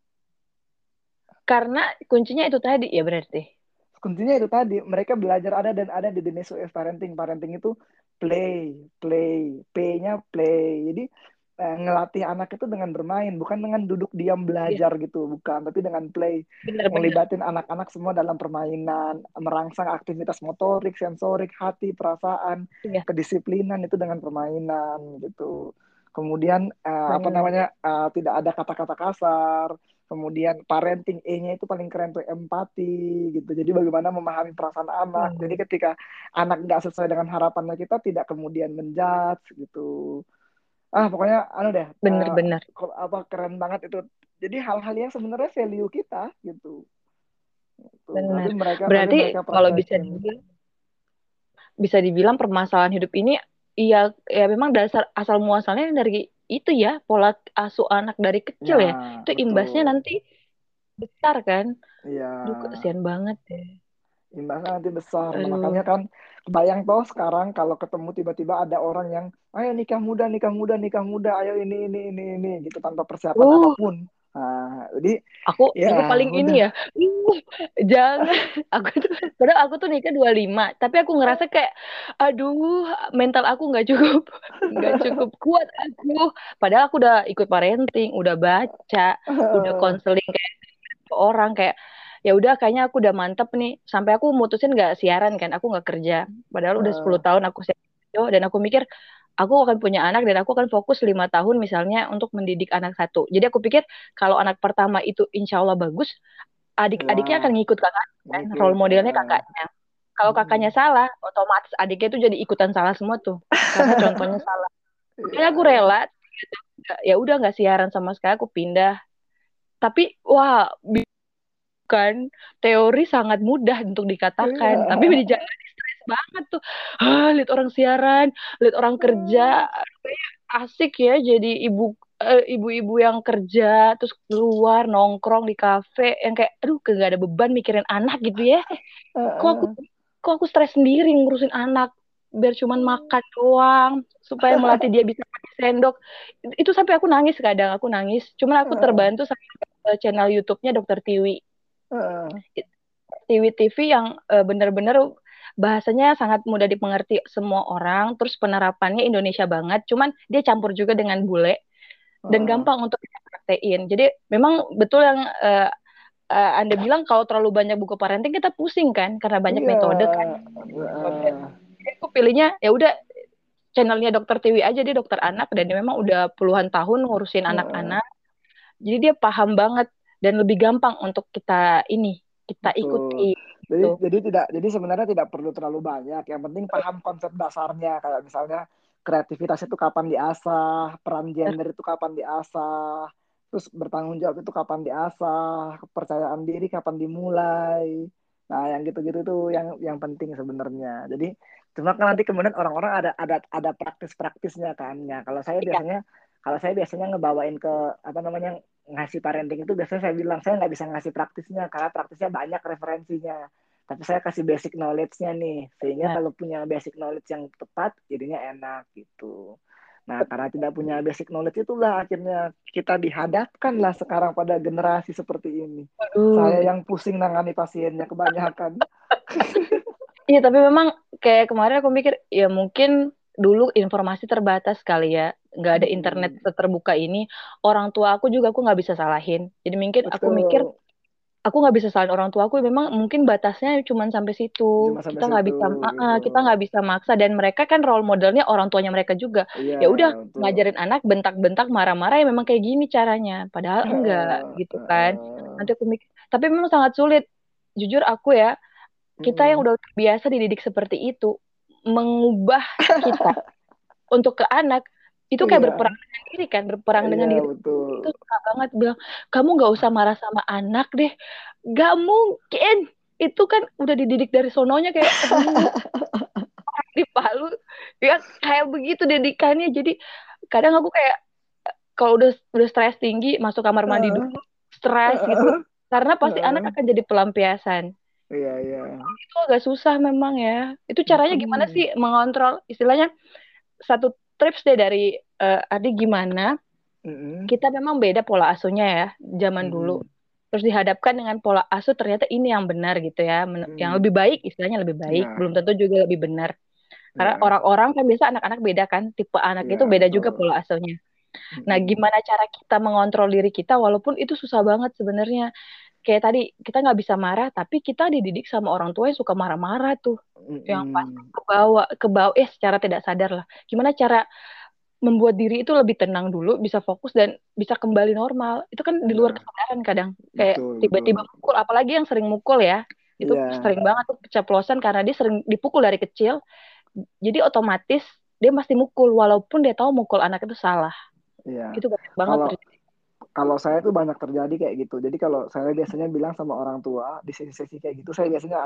karena kuncinya itu tadi ya berarti. Kuncinya itu tadi, mereka belajar ada dan ada di Danish Way of Parenting. Parenting itu play, play, P-nya play. Jadi ngelatih anak itu dengan bermain, bukan dengan duduk diam Iya, belajar gitu, bukan, tapi dengan play. bener-bener. Ngelibatin anak-anak semua dalam permainan, merangsang aktivitas motorik, sensorik, hati, perasaan, Iya, kedisiplinan itu dengan permainan gitu. Kemudian apa bener. namanya, tidak ada kata-kata kasar. Kemudian parenting E-nya itu paling keren tuh empati gitu. Jadi bagaimana memahami perasaan anak. Jadi Hmm, ketika anak nggak sesuai dengan harapannya kita tidak kemudian menjudge gitu. Pokoknya anu deh, bener-bener. apa keren banget itu. Jadi hal-hal yang sebenarnya value kita gitu. Tuh, Bener. tapi Berarti mereka kalau praktekin. bisa dibilang permasalahan hidup ini ya ya memang dasar asal muasalnya dari itu ya pola asuh anak dari Ya, kecil ya. Itu imbasnya betul. nanti besar kan. Iya. Duh, kesian banget deh. Imbasnya nanti besar. Nah, Aduh. makanya kan bayang toh sekarang kalau ketemu tiba-tiba ada orang yang ayo nikah muda, nikah muda, nikah muda, ayo ini gitu tanpa persiapan Uh, apapun. Nah, jadi aku ya aku paling ini udah. ya. Uh, jangan. Aku tuh padahal aku tuh nikah 25 tapi aku ngerasa kayak aduh, mental aku nggak cukup kuat aku. Padahal aku udah ikut parenting, udah baca, udah konseling ke orang kayak ya udah kayaknya aku udah mantep nih sampai aku mutusin nggak siaran kan aku nggak kerja padahal udah 10 tahun aku siaran dan aku mikir aku akan punya anak dan aku akan fokus 5 tahun misalnya untuk mendidik anak satu jadi aku pikir kalau anak pertama itu insya Allah bagus adik-adiknya akan Ya, ngikut kakak kan role ngikut. modelnya kakaknya kalau kakaknya salah otomatis adiknya itu jadi ikutan salah semua tuh karena contohnya salah makanya aku Iya. rela ya udah nggak siaran sama sekali aku pindah tapi wah kan teori sangat mudah untuk dikatakan tapi Iya. dijalani stres banget tuh lihat orang siaran lihat orang kerja kayak asik ya jadi ibu-ibu yang kerja terus keluar nongkrong di kafe yang kayak aduh gak ada beban mikirin anak gitu ya kok aku kok aku stres sendiri ngurusin anak biar cuman makan doang supaya melatih dia bisa pakai sendok itu sampai aku nangis kadang aku nangis cuman aku terbantu sama channel YouTube-nya Dokter Tiwi Tiwi TV yang benar-benar bahasanya sangat mudah dimengerti semua orang, terus penerapannya Indonesia banget, cuman dia campur juga dengan bule dan gampang untuk kita praktein. Jadi memang betul yang Anda bilang kalau terlalu banyak buku parenting kita pusing kan karena banyak Iya. metode kan. Jadi aku pilihnya ya udah channelnya Dokter Tiwi aja dia dokter anak dan dia memang udah puluhan tahun ngurusin anak-anak. Jadi dia paham banget dan lebih gampang untuk kita ikuti Betul. gitu. Jadi sebenarnya tidak perlu terlalu banyak. Yang penting paham konsep dasarnya. Kayak misalnya kreativitas itu kapan diasah, peran gender itu kapan diasah, terus bertanggung jawab itu kapan diasah, kepercayaan diri kapan dimulai. Nah, yang gitu-gitu tuh yang penting sebenarnya. Jadi cuma kan nanti kemudian orang-orang ada praktis-praktisnya kan. Ya, Iya. kalau saya biasanya ngebawain ke apa namanya ngasih parenting itu biasanya saya bilang saya nggak bisa ngasih praktisnya karena praktisnya banyak referensinya. Tapi saya kasih basic knowledge-nya nih, sehingga Benar. kalau punya basic knowledge yang tepat, jadinya enak gitu. Nah, karena tidak punya basic knowledge itulah akhirnya kita dihadapkan lah sekarang pada generasi seperti ini. Saya Aduh. yang pusing nangani pasiennya kebanyakan. Iya, tapi memang kayak kemarin aku mikir, ya mungkin dulu informasi terbatas kali ya, nggak ada internet Mm-mm. terbuka ini. Orang tua aku juga aku nggak bisa salahin. Jadi mungkin aku mikir, Betul, aku nggak bisa salahin orang tua aku. Memang mungkin batasnya cuma sampai situ. cuma Kita sampai nggak situ bisa, gitu. kita nggak bisa maksa. Dan mereka kan role modelnya orang tuanya mereka juga. Iya, Ya udah betul. ngajarin anak bentak-bentak, marah-marah ya memang kayak gini caranya. Padahal enggak gitu kan. Nanti aku mikir, tapi memang sangat sulit. Jujur aku ya kita yang Mm-mm. udah biasa dididik seperti itu mengubah kita untuk ke anak itu kayak berperang Iya, dengan diri kan berperang iya dengan diri betul. itu suka banget bilang kamu nggak usah marah sama anak deh nggak mungkin itu kan udah dididik dari sononya kayak di Palu Ya kayak begitu didikannya. Jadi kadang aku kayak kalau udah stres tinggi masuk kamar mandi dulu, stres gitu. Karena pasti anak akan jadi pelampiasan. Iya, iya. Itu agak susah memang ya. Itu caranya gimana Mm-mm. sih mengontrol istilahnya satu tips deh dari Adi gimana Mm-mm. kita memang beda pola asuhnya ya zaman dulu. Mm-mm. Terus dihadapkan dengan pola asuh ternyata ini yang benar gitu ya. Yang Mm. lebih baik istilahnya lebih baik, Iya, belum tentu juga lebih benar. Karena iya, orang-orang kan biasa anak-anak beda kan, tipe anak iya, itu beda juga betul. pola asuhnya. Nah, Mm-mm. gimana cara kita mengontrol diri kita walaupun itu susah banget sebenarnya. Kayak tadi kita nggak bisa marah, tapi kita dididik sama orang tua yang suka marah-marah tuh, yang pasti Mm-mm. ke bawah secara tidak sadar lah. Gimana cara membuat diri itu lebih tenang dulu, bisa fokus dan bisa kembali normal. Itu kan di luar Iya, kesadaran kadang. Kayak betul, tiba-tiba betul. mukul, apalagi yang sering mukul ya. Itu Iya, sering banget tuh keceplosan karena dia sering dipukul dari kecil. Jadi otomatis dia pasti mukul walaupun dia tahu mukul anak itu salah. iya. Itu banyak banget Kalau terjadi. kalau saya tuh banyak terjadi kayak gitu. Jadi kalau saya biasanya bilang sama orang tua di sesi-sesi kayak gitu, saya biasanya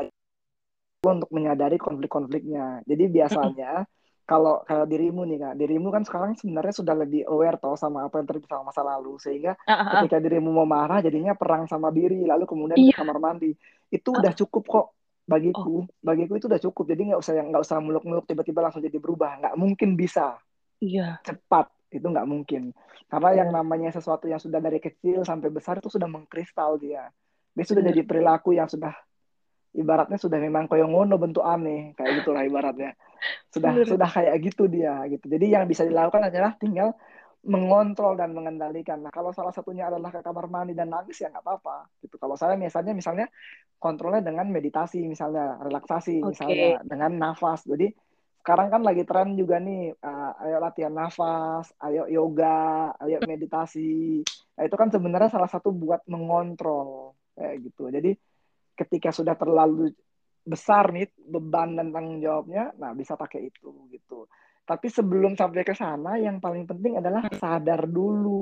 untuk menyadari konflik-konfliknya. Jadi Mm-mm. biasanya kalau kayak dirimu nih kak, dirimu kan sekarang sebenarnya sudah lebih aware toh sama apa yang terjadi sama masa lalu, sehingga Ah, ah, ah. ketika dirimu mau marah jadinya perang sama diri, lalu kemudian ke Iya. kamar mandi. Itu Ah, udah ah. cukup kok Oh, bagiku itu udah cukup. Jadi nggak usah muluk-muluk tiba-tiba langsung jadi berubah, nggak mungkin bisa iya. cepat, itu nggak mungkin. Karena yang Oh, namanya sesuatu yang sudah dari kecil sampai besar itu sudah mengkristal dia sudah bener. jadi perilaku yang sudah ibaratnya sudah memang koyo ngono bentuk aneh kayak gitulah ibaratnya sudah Bener. sudah kayak gitu dia gitu. Jadi yang bisa dilakukan adalah tinggal mengontrol dan mengendalikan. Nah kalau salah satunya adalah ke kamar mandi dan nangis ya nggak apa-apa gitu. Kalau saya misalnya kontrolnya dengan meditasi, misalnya relaksasi, Oke. misalnya dengan nafas. Jadi sekarang kan lagi tren juga nih, ayo latihan nafas, ayo yoga, ayo meditasi. Nah, itu kan sebenarnya salah satu buat mengontrol kayak gitu. Jadi ketika sudah terlalu besar nih beban dan tanggung jawabnya, nah bisa pakai itu gitu. Tapi sebelum sampai ke sana, yang paling penting adalah Mm. sadar dulu.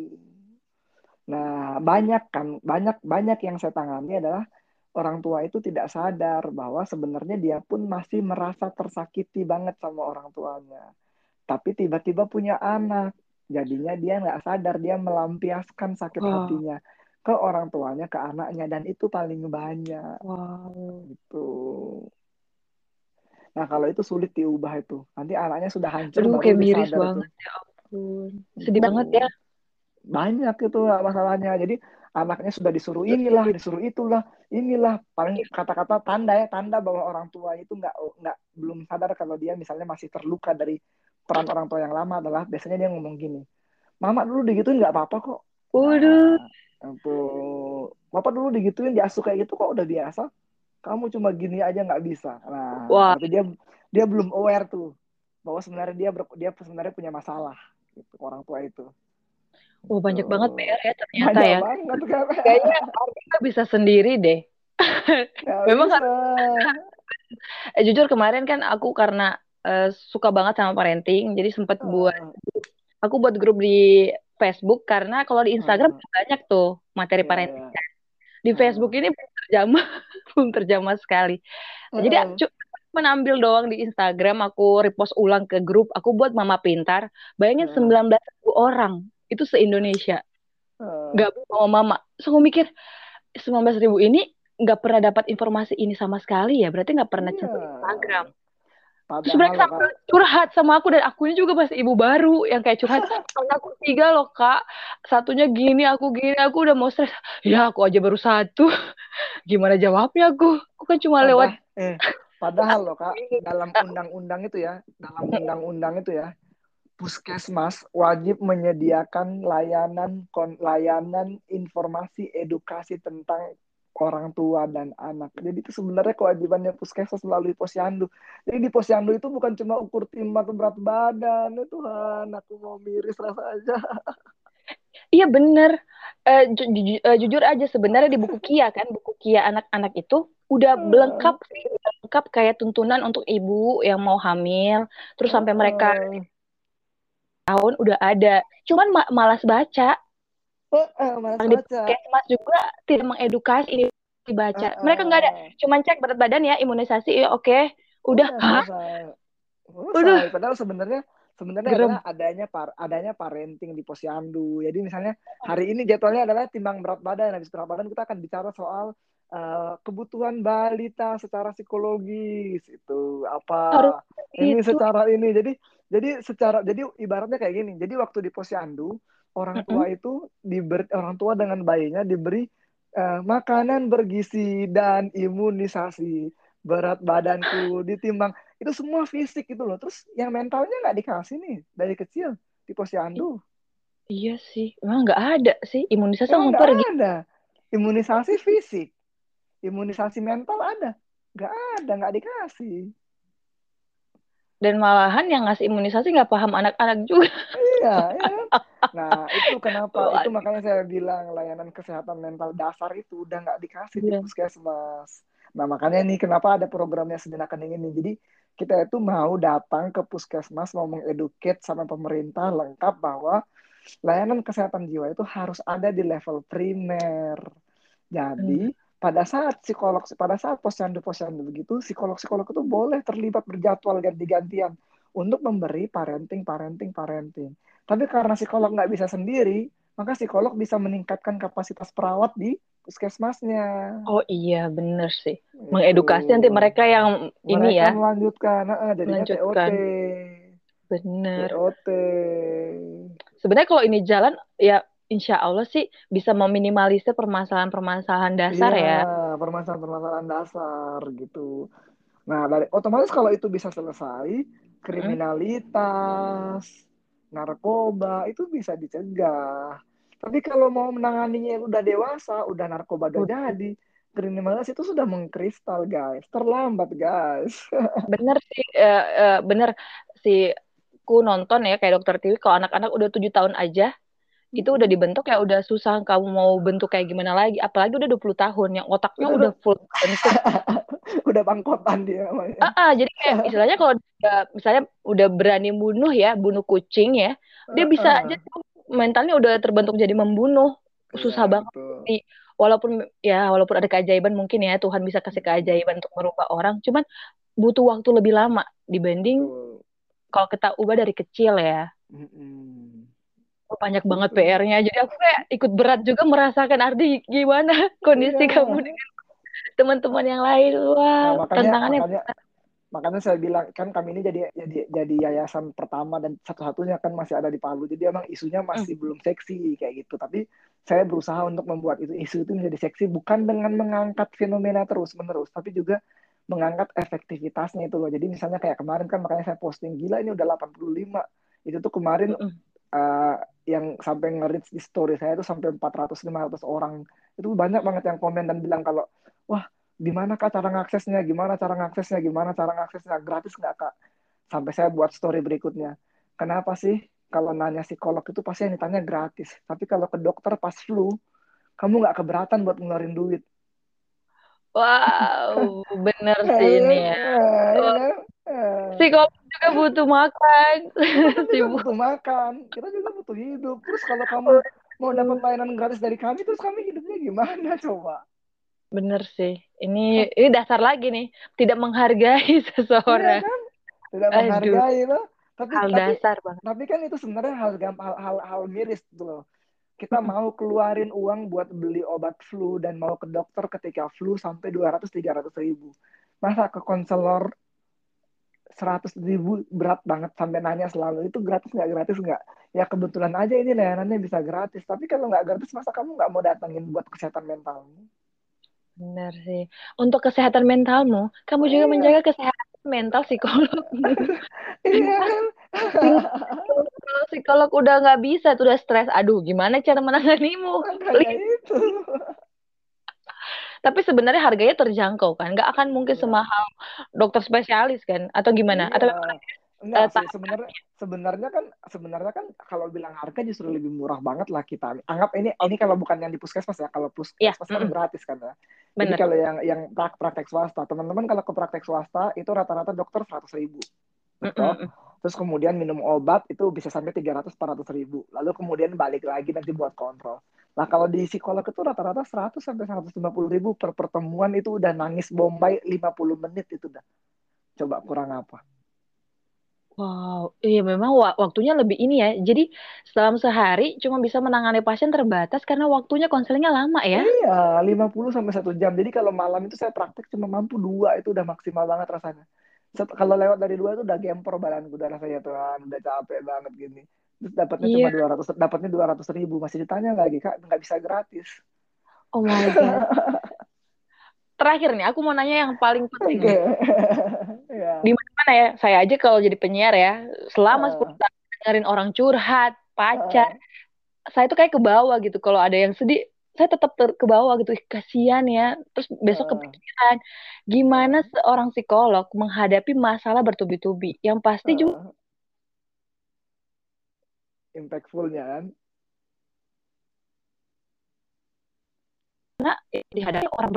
Nah, banyak banyak yang saya tangani adalah orang tua itu tidak sadar bahwa sebenarnya dia pun masih merasa tersakiti banget sama orang tuanya. Tapi tiba-tiba punya anak, jadinya dia nggak sadar dia melampiaskan sakit Wow. hatinya ke orang tuanya, ke anaknya, dan itu paling banyak Wow. gitu. Nah, kalau itu sulit diubah itu. Nanti anaknya sudah hancur Aduh, baru kayak dia miris sadar itu. banget ya ampun. Sedih Itu banget ya. banyak itu masalahnya. Jadi anaknya sudah disuruh inilah, disuruh itulah, inilah paling kata-kata tanda ya, tanda bahwa orang tua itu nggak belum sadar kalau dia misalnya masih terluka dari peran orang tua yang lama adalah biasanya dia ngomong gini, Mama dulu digituin nggak apa-apa kok. Waduh. Nah, untuk Bapak dulu digituin diasuh kayak gitu kok udah biasa. Kamu cuma gini aja nggak bisa. Nah, Wah, berarti dia dia belum aware tuh bahwa sebenarnya dia sebenarnya punya masalah gitu orang tua itu. wah Itu banyak banget PR ya ternyata banyak ya. banget kan. Kayaknya Ardi nggak bisa sendiri deh. Nggak Memang bisa. jujur kemarin kan aku karena suka banget sama parenting, jadi sempat Uh, aku buat grup di Facebook karena kalau di Instagram uh, banyak tuh materi ya parenting. ya. Di Facebook Uh, ini belum terjamah, belum terjamah sekali. Jadi uh, menambil doang di Instagram, aku repost ulang ke grup, aku buat Mama Pintar. Bayangin uh, 19.000 orang, itu se-Indonesia. uh, Gabung sama Mama. Terus aku mikir, 19.000 ini nggak pernah dapat informasi ini sama sekali ya, berarti nggak pernah iya. centang Instagram. Terus Padahal mereka loh sampai kak. curhat sama aku dan aku ini juga masih ibu baru yang kayak curhat. Karena aku tiga loh kak, satunya gini, aku udah mau stres. Ya aku aja baru satu, gimana jawabnya aku? Aku kan cuma lewat. Padahal padahal loh kak, dalam Kak, undang-undang itu ya, dalam undang-undang itu ya, Puskesmas wajib menyediakan layanan informasi edukasi tentang orang tua dan anak. Jadi itu sebenarnya kewajibannya Puskesmas melalui Posyandu. Jadi di Posyandu itu bukan cuma ukur timah atau berat badan. Ya Tuhan, aku mau miris rasa aja. iya bener. Jujur aja sebenarnya di buku Kia kan, buku Kia anak-anak itu udah lengkap sih, udah lengkap kayak tuntunan untuk ibu yang mau hamil, terus sampai mereka tahun udah ada. Cuman malas baca. Malas Yang di baca. puskesmas juga tidak mengedukasi ini dibaca. Mereka nggak ada, cuman cek berat badan ya, imunisasi ya oke. Udah, Udah hah? selesai. Udah, Selesai. Padahal sebenarnya adalah gerem. adanya parenting di posyandu. Jadi misalnya hari ini jadwalnya adalah timbang berat badan. Habis berat badan kita akan bicara soal kebutuhan balita secara psikologis itu Harus apa ini gitu. secara ini. Jadi ibaratnya kayak gini. Jadi waktu di posyandu Mm-mm. orang tua dengan bayinya diberi makanan bergizi dan imunisasi. Berat badanku ditimbang itu semua fisik itu loh. Terus yang mentalnya nggak dikasih nih dari kecil di I- posyandu. iya sih, emang nggak ada sih imunisasi Emang langsung nggak pergi. ada. Imunisasi fisik, imunisasi mental ada. Nggak ada, nggak dikasih. Dan malahan yang ngasih imunisasi nggak paham anak-anak juga. Iya, ya kan? Nah, itu kenapa? Itu Waduh. makanya saya bilang layanan kesehatan mental dasar itu udah nggak dikasih di Iya. puskesmas. Nah, makanya nih kenapa ada programnya Sejenak Hening ini. Jadi kita itu mau datang ke puskesmas, mau mengeduket sama pemerintah lengkap bahwa layanan kesehatan jiwa itu harus ada di level primer. Bener. Jadi pada saat posyandu-posyandu begitu, psikolog-psikolog itu boleh terlibat berjadwal ganti-gantian untuk memberi parenting. Tapi karena psikolog nggak bisa sendiri, maka psikolog bisa meningkatkan kapasitas perawat di puskesmasnya. Oh iya, bener sih. Itu Mengedukasi nanti mereka yang ini mereka ya, melanjutkan, jadinya TOT, melanjutkan. Bener. TOT. Sebenarnya kalau ini jalan, ya insya Allah sih bisa meminimalisir permasalahan-permasalahan dasar Iya, ya. permasalahan-permasalahan dasar gitu. Nah, otomatis kalau itu bisa selesai, Mm. kriminalitas, narkoba itu bisa dicegah. Tapi kalau mau menanganinya yang udah dewasa, udah narkoba udah Udah. jadi, kriminalitas itu sudah mengkristal, guys. Terlambat, guys. Bener sih, bener sih. Ku nonton ya kayak dokter TV, kalau anak-anak udah 7 tahun aja, itu udah dibentuk ya udah susah kamu mau bentuk kayak gimana lagi. Apalagi udah 20 tahun, yang otaknya udah Udah, full bentuk. udah bangkotan dia namanya. Jadi kayak istilahnya kalau dia misalnya udah berani bunuh ya, bunuh kucing ya, dia bisa aja tuh mentalnya udah terbentuk jadi membunuh. Iya, Susah banget betul. sih. Walaupun walaupun ada keajaiban mungkin ya Tuhan bisa kasih keajaiban untuk merubah orang, cuman butuh waktu lebih lama dibanding Betul. kalau kita ubah dari kecil ya. Mm-mm. Oh, banyak banget Itu. PR-nya. Jadi aku kayak ikut berat juga merasakan Ardi gimana kondisi Iya. kamu dengan teman-teman yang lain. Nah, Wah, makanya tantangannya. makanya makanya saya bilang kan kami ini jadi yayasan pertama dan satu-satunya kan masih ada di Palu. Jadi emang isunya Mm, masih belum seksi kayak gitu. Tapi saya berusaha untuk membuat isu itu menjadi seksi bukan dengan mengangkat fenomena terus-menerus, tapi juga mengangkat efektivitasnya itu loh. Jadi misalnya kayak kemarin kan makanya saya posting gila ini udah 85. Itu tuh kemarin mm, uh, yang sampai nge-reach di story saya itu sampai 400-500 orang. Itu banyak banget yang komen dan bilang kalau wah gimana kak cara ngaksesnya, gimana cara ngaksesnya, gratis nggak kak? Sampai saya buat story berikutnya. Kenapa sih kalau nanya psikolog itu pasti yang ditanya gratis. Tapi kalau ke dokter pas flu, kamu nggak keberatan buat ngeluarin duit. wow, bener sih ini ya. Ya Oh, kan? psikolog juga butuh makan. Kita kan juga Sibuk. butuh makan, kita juga butuh hidup. Terus kalau kamu mau dapat Waduh. layanan gratis dari kami, terus kami hidupnya gimana coba? Bener sih. Ini dasar lagi nih. Tidak menghargai Iya seseorang. kan? Tidak Aduh, menghargai loh. Tapi hal tapi dasar banget. tapi kan itu sebenarnya hal miris gitu loh. Kita mau keluarin uang buat beli obat flu dan mau ke dokter ketika flu sampai 200-300 ribu. Masa ke konselor 100 ribu berat banget sampai nanya selalu itu gratis nggak? Ya kebetulan aja ini layanannya bisa gratis. Tapi kalau nggak gratis masa kamu nggak mau datangin buat kesehatan mentalmu? Bener sih. Untuk kesehatan mentalmu, kamu juga Iya, menjaga kesehatan mental psikologmu. iya kan? Kalau psikolog udah nggak bisa, tuh udah stres. Aduh, gimana cara menanganimu? Makanya Please. itu. Tapi sebenarnya harganya terjangkau kan? Nggak akan mungkin Iya. semahal dokter spesialis kan? Atau gimana? Iya, Atau memang enggak sih tahap? sebenarnya kan kalau bilang harga justru lebih murah banget lah kita. Anggap ini kalau bukan yang di puskesmas ya, kalau Ya, puskesmas kan gratis kan ya. Jadi bener. kalau yang praktek swasta, teman-teman kalau ke praktek swasta itu rata-rata dokter 100 ribu, betul. Mm-mm. Terus kemudian minum obat itu bisa sampai 300-400 ribu. Lalu kemudian balik lagi nanti buat kontrol. Nah kalau di psikolog itu rata-rata 100-150 ribu per pertemuan itu udah nangis bombay 50 menit itu udah. Coba kurang apa? Wow, iya memang waktunya lebih ini ya. Jadi dalam sehari cuma bisa menangani pasien terbatas karena waktunya konselingnya lama ya. Iya, 50 sampai 1 jam. Jadi kalau malam itu saya praktek cuma mampu 2, itu udah maksimal banget rasanya. Kalau lewat dari 2 itu udah gempor badanku, udah rasanya Tuhan, udah capek banget gini. Terus dapatnya cuma Iya, 200, dapatnya 200.000, masih ditanya lagi, Kak, nggak bisa gratis. oh my God. Terakhir nih, aku mau nanya yang paling penting Oke. nih. Di Ya. mana ya? Saya aja kalau jadi penyiar ya, selama 10 Heeh, tahun dengerin orang curhat, pacar, heeh, saya tuh kayak ke bawah gitu. Kalau ada yang sedih, saya tetap ke bawah gitu. Ih, kasihan ya. Terus besok heeh, kepikiran, gimana heeh, seorang psikolog menghadapi masalah bertubi-tubi. Yang pasti juga heeh. Impactfulnya kan. dihadapi orang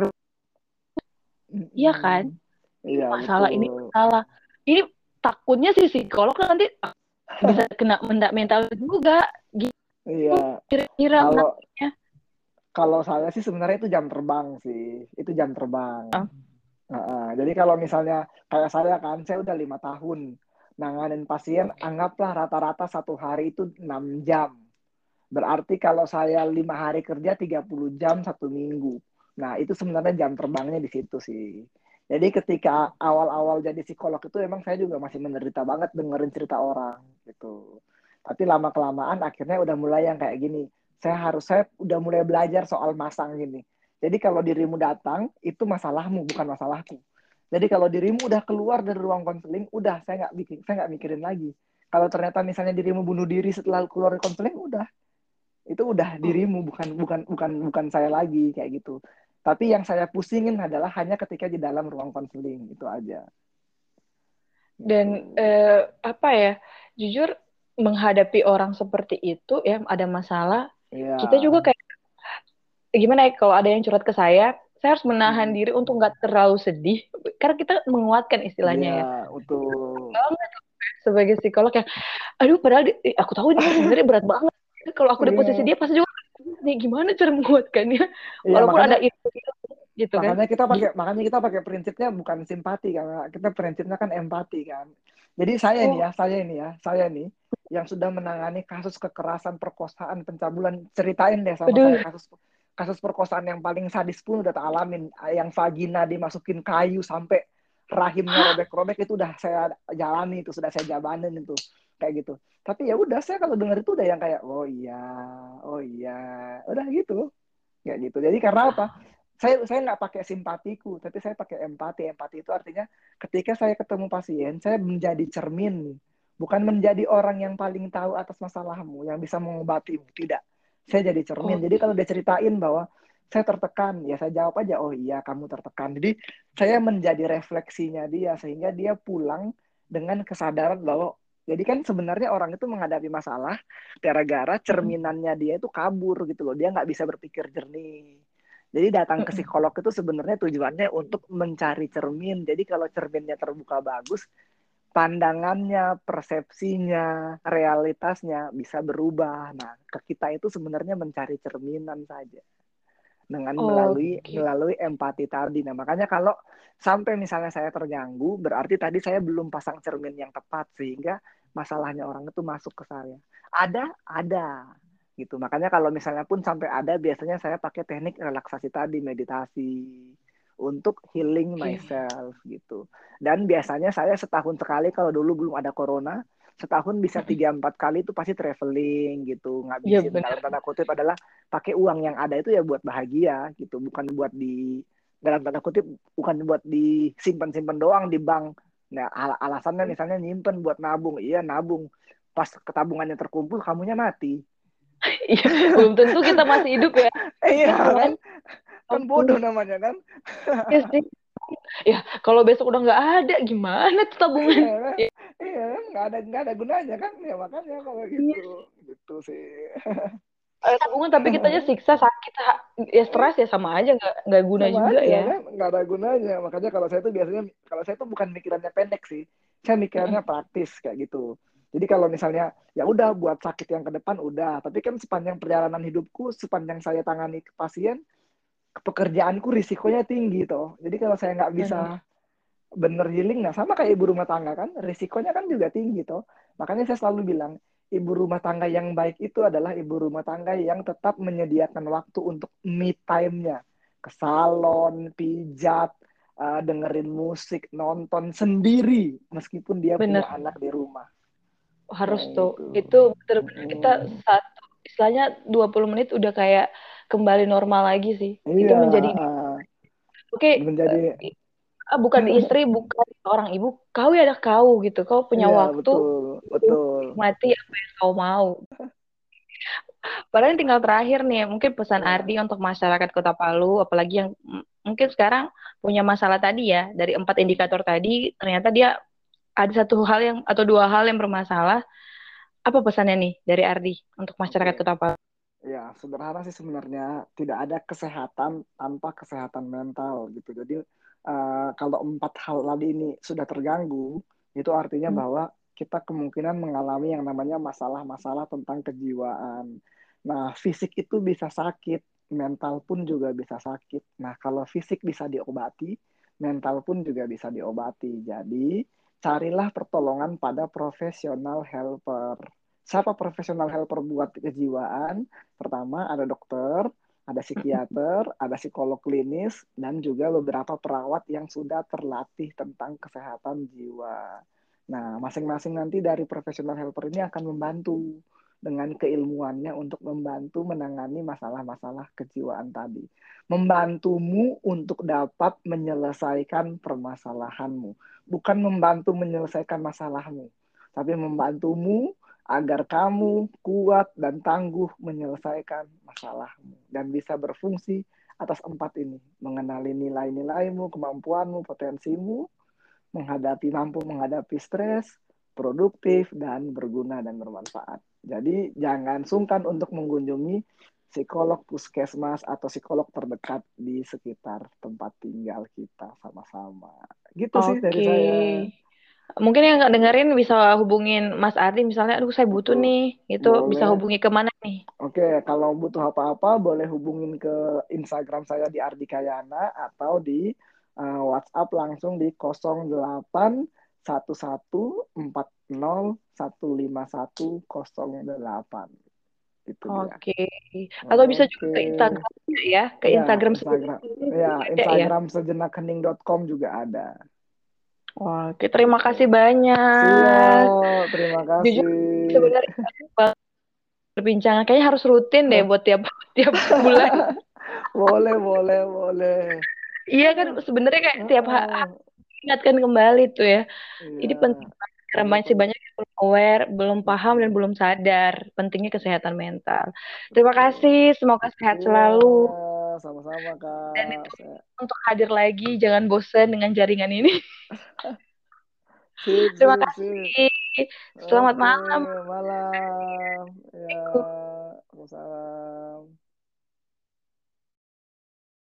iya kan? Mm-mm. Ini Iya, masalah, ini betul. masalah. Ini takutnya sih psikolog kan nanti bisa kena mental juga. Gitu Iya. kira-kira Kalau makanya. kalau saya sih sebenarnya itu jam terbang sih. Itu jam terbang. Heeh. Jadi kalau misalnya kayak saya kan, saya udah 5 tahun nanganin pasien, anggaplah rata-rata 1 hari itu 6 jam. Berarti kalau saya 5 hari kerja 30 jam 1 minggu. Nah, itu sebenarnya jam terbangnya di situ sih. Jadi ketika awal-awal jadi psikolog itu emang saya juga masih menderita banget dengerin cerita orang gitu. Tapi lama-kelamaan akhirnya udah mulai yang kayak gini. Saya udah mulai belajar soal masang gini. Jadi kalau dirimu datang itu masalahmu bukan masalahku. Jadi kalau dirimu udah keluar dari ruang konseling, udah saya nggak mikirin lagi. Kalau ternyata misalnya dirimu bunuh diri setelah keluar dari konseling, udah itu udah Oh. dirimu bukan bukan bukan bukan saya lagi kayak gitu. Tapi yang saya pusingin adalah hanya ketika di dalam ruang konseling itu aja Dan gitu. apa ya, jujur menghadapi orang seperti itu ya ada masalah, Iya. kita juga kayak gimana ya kalau ada yang curhat ke saya harus menahan Mm-mm. diri untuk nggak terlalu sedih karena kita menguatkan istilahnya Iya, ya. betul. Banget sebagai psikolog ya, aduh padahal aku tahu ini sebenarnya berat banget. Kalau aku di posisi Iya. dia pasti juga nih gimana cara menguatkannya Iya, walaupun makanya ada itu gitu kan. makanya kita pakai prinsipnya bukan simpati karena kita prinsipnya kan empati kan. Jadi Oh, saya nih yang sudah menangani kasus kekerasan, perkosaan, pencabulan, ceritain deh sama saya aduh. kasus kasus perkosaan yang paling sadis pun udah tak alamin, yang vagina dimasukin kayu sampai rahimnya Hah? robek-robek itu udah saya jalani, itu sudah saya jabanin itu kayak gitu. Tapi ya udah saya kalau dengar itu udah yang kayak oh iya, udah gitu kayak gitu. Jadi karena apa? Saya nggak pakai simpatiku, tapi saya pakai empati. Empati itu artinya ketika saya ketemu pasien, saya menjadi cermin, bukan menjadi orang yang paling tahu atas masalahmu, yang bisa mengobatimu. Tidak, saya jadi cermin. Oh, Jadi kalau dia ceritain bahwa saya tertekan, ya saya jawab aja, oh iya kamu tertekan. Jadi saya menjadi refleksinya dia, sehingga dia pulang dengan kesadaran bahwa jadi kan sebenarnya orang itu menghadapi masalah gara-gara mm-mm, cerminannya dia itu kabur gitu loh. Dia nggak bisa berpikir jernih. Jadi datang ke mm-mm. psikolog itu sebenarnya tujuannya untuk mencari cermin. Jadi kalau cerminnya terbuka bagus, pandangannya, persepsinya, realitasnya bisa berubah. Nah, ke kita itu sebenarnya mencari cerminan saja dengan melalui Oke. melalui empati tadi. Nah, makanya kalau sampai misalnya saya terganggu, berarti tadi saya belum pasang cermin yang tepat sehingga masalahnya orang itu masuk ke saya. Ada gitu. Makanya kalau misalnya pun sampai ada, biasanya saya pakai teknik relaksasi tadi, meditasi untuk healing Oke. myself gitu. Dan biasanya saya setahun sekali kalau dulu belum ada corona, setahun bisa Mm-mm. 3-4 kali itu pasti traveling gitu, Iya ngabisin dalam benar. tanda kutip adalah pakai uang yang ada itu ya buat bahagia gitu, bukan buat dalam tanda kutip bukan buat disimpan-simpan doang di bank. Nah, alasannya misalnya nyimpen buat nabung. Iya, nabung. Pas ketabungannya terkumpul, kamunya mati. Iya, belum tentu kita masih hidup ya. Iya Kita kan? kemarin Kan ampun. bodoh namanya kan? Ya sih. Ya, kalau besok udah nggak ada, gimana tuh tabungan? Iya kan? Ya, Iya kan? Nggak ada gunanya kan? Ya makanya kalau gitu. iya. Gitu sih. Tabungan tapi kita aja siksa sakit, ya stres ya sama aja nggak guna Sama juga aja ya. kan, nggak ada gunanya. Makanya kalau saya tuh biasanya, kalau saya tuh bukan mikirannya pendek sih, saya Mm-mm. mikirannya praktis kayak gitu. Jadi kalau misalnya ya udah buat sakit yang ke depan udah, tapi kan sepanjang perjalanan hidupku, sepanjang saya tangani pasien, pekerjaanku risikonya tinggi toh. Jadi kalau saya nggak bisa Benar. bener healing. Nah, sama kayak ibu rumah tangga kan, risikonya kan juga tinggi toh. Makanya saya selalu bilang, ibu rumah tangga yang baik itu adalah ibu rumah tangga yang tetap menyediakan waktu untuk me time-nya. Ke salon, pijat, dengerin musik, nonton sendiri, meskipun dia Bener, punya anak di rumah. harus Kayak tuh. gitu. Itu bener-bener kita Mm-mm. satu, istilahnya 20 menit udah kayak kembali normal lagi sih. Itu Iya, menjadi, oke, menjadi bukan istri, bukan seorang ibu, kau ya ada kau gitu. Kau punya iya waktu betul, untuk betul. menikmati apa yang kau mau. Padahal tinggal terakhir nih, mungkin pesan Ardi Ya, untuk masyarakat Kota Palu, apalagi yang mungkin sekarang punya masalah tadi ya, dari 4 indikator tadi, ternyata dia ada satu hal yang atau dua hal yang bermasalah. Apa pesannya nih dari Ardi untuk masyarakat oke. Kota Palu? Ya, sederhana sih sebenarnya tidak ada kesehatan tanpa kesehatan mental gitu. Jadi kalau empat hal tadi ini sudah terganggu, itu artinya Hmm. bahwa kita kemungkinan mengalami yang namanya masalah-masalah tentang kejiwaan. Nah, fisik itu bisa sakit, mental pun juga bisa sakit. Nah, kalau fisik bisa diobati, mental pun juga bisa diobati. Jadi, carilah pertolongan pada profesional helper. Siapa profesional helper buat kejiwaan? Pertama, ada dokter, ada psikiater, ada psikolog klinis, dan juga beberapa perawat yang sudah terlatih tentang kesehatan jiwa. Nah, masing-masing nanti dari profesional helper ini akan membantu dengan keilmuannya untuk membantu menangani masalah-masalah kejiwaan tadi. Membantumu untuk dapat menyelesaikan permasalahanmu. Bukan membantu menyelesaikan masalahmu, tapi membantumu agar kamu kuat dan tangguh menyelesaikan masalahmu dan bisa berfungsi atas empat ini, mengenali nilai-nilaimu, kemampuanmu, potensimu, mampu menghadapi stres, produktif dan berguna dan bermanfaat. Jadi jangan sungkan untuk mengunjungi psikolog puskesmas atau psikolog terdekat di sekitar tempat tinggal kita sama-sama. Gitu sih dari Oke. saya. Mungkin yang nggak dengerin bisa hubungin Mas Ardi misalnya, aduh saya butuh Betul. nih, itu bisa Boleh. hubungi kemana nih? Oke, kalau butuh apa-apa boleh hubungin ke Instagram saya di Ardi Kayana atau di WhatsApp langsung di 081440151008. Itu dia. Oke. Atau bisa juga Oke. ke Instagramnya ya, ke Ya, Instagram Instagram. sendiri Ya, ada ya. Instagram sejenakhening.com juga ada. Oke, terima Gitu. kasih banyak. Siap, terima Jujur kasih. sebenarnya perbincangan kayaknya harus rutin deh buat tiap tiap bulan. Boleh, boleh, boleh. Iya kan sebenarnya kayak tiap Heeh. ingatkan kembali tuh ya. Iya, Ini penting banget karena ini masih pun. banyak yang belum aware, belum paham dan Mm-mm. belum sadar pentingnya kesehatan mental. Terima kasih, Betul. semoga sehat Iya, selalu sama-sama dan Kak. itu untuk hadir lagi, jangan bosan dengan jaringan ini. Sip, Terima sip, sip. kasih. Selamat Oke, malam. malam. Ya, Assalamualaikum. salam.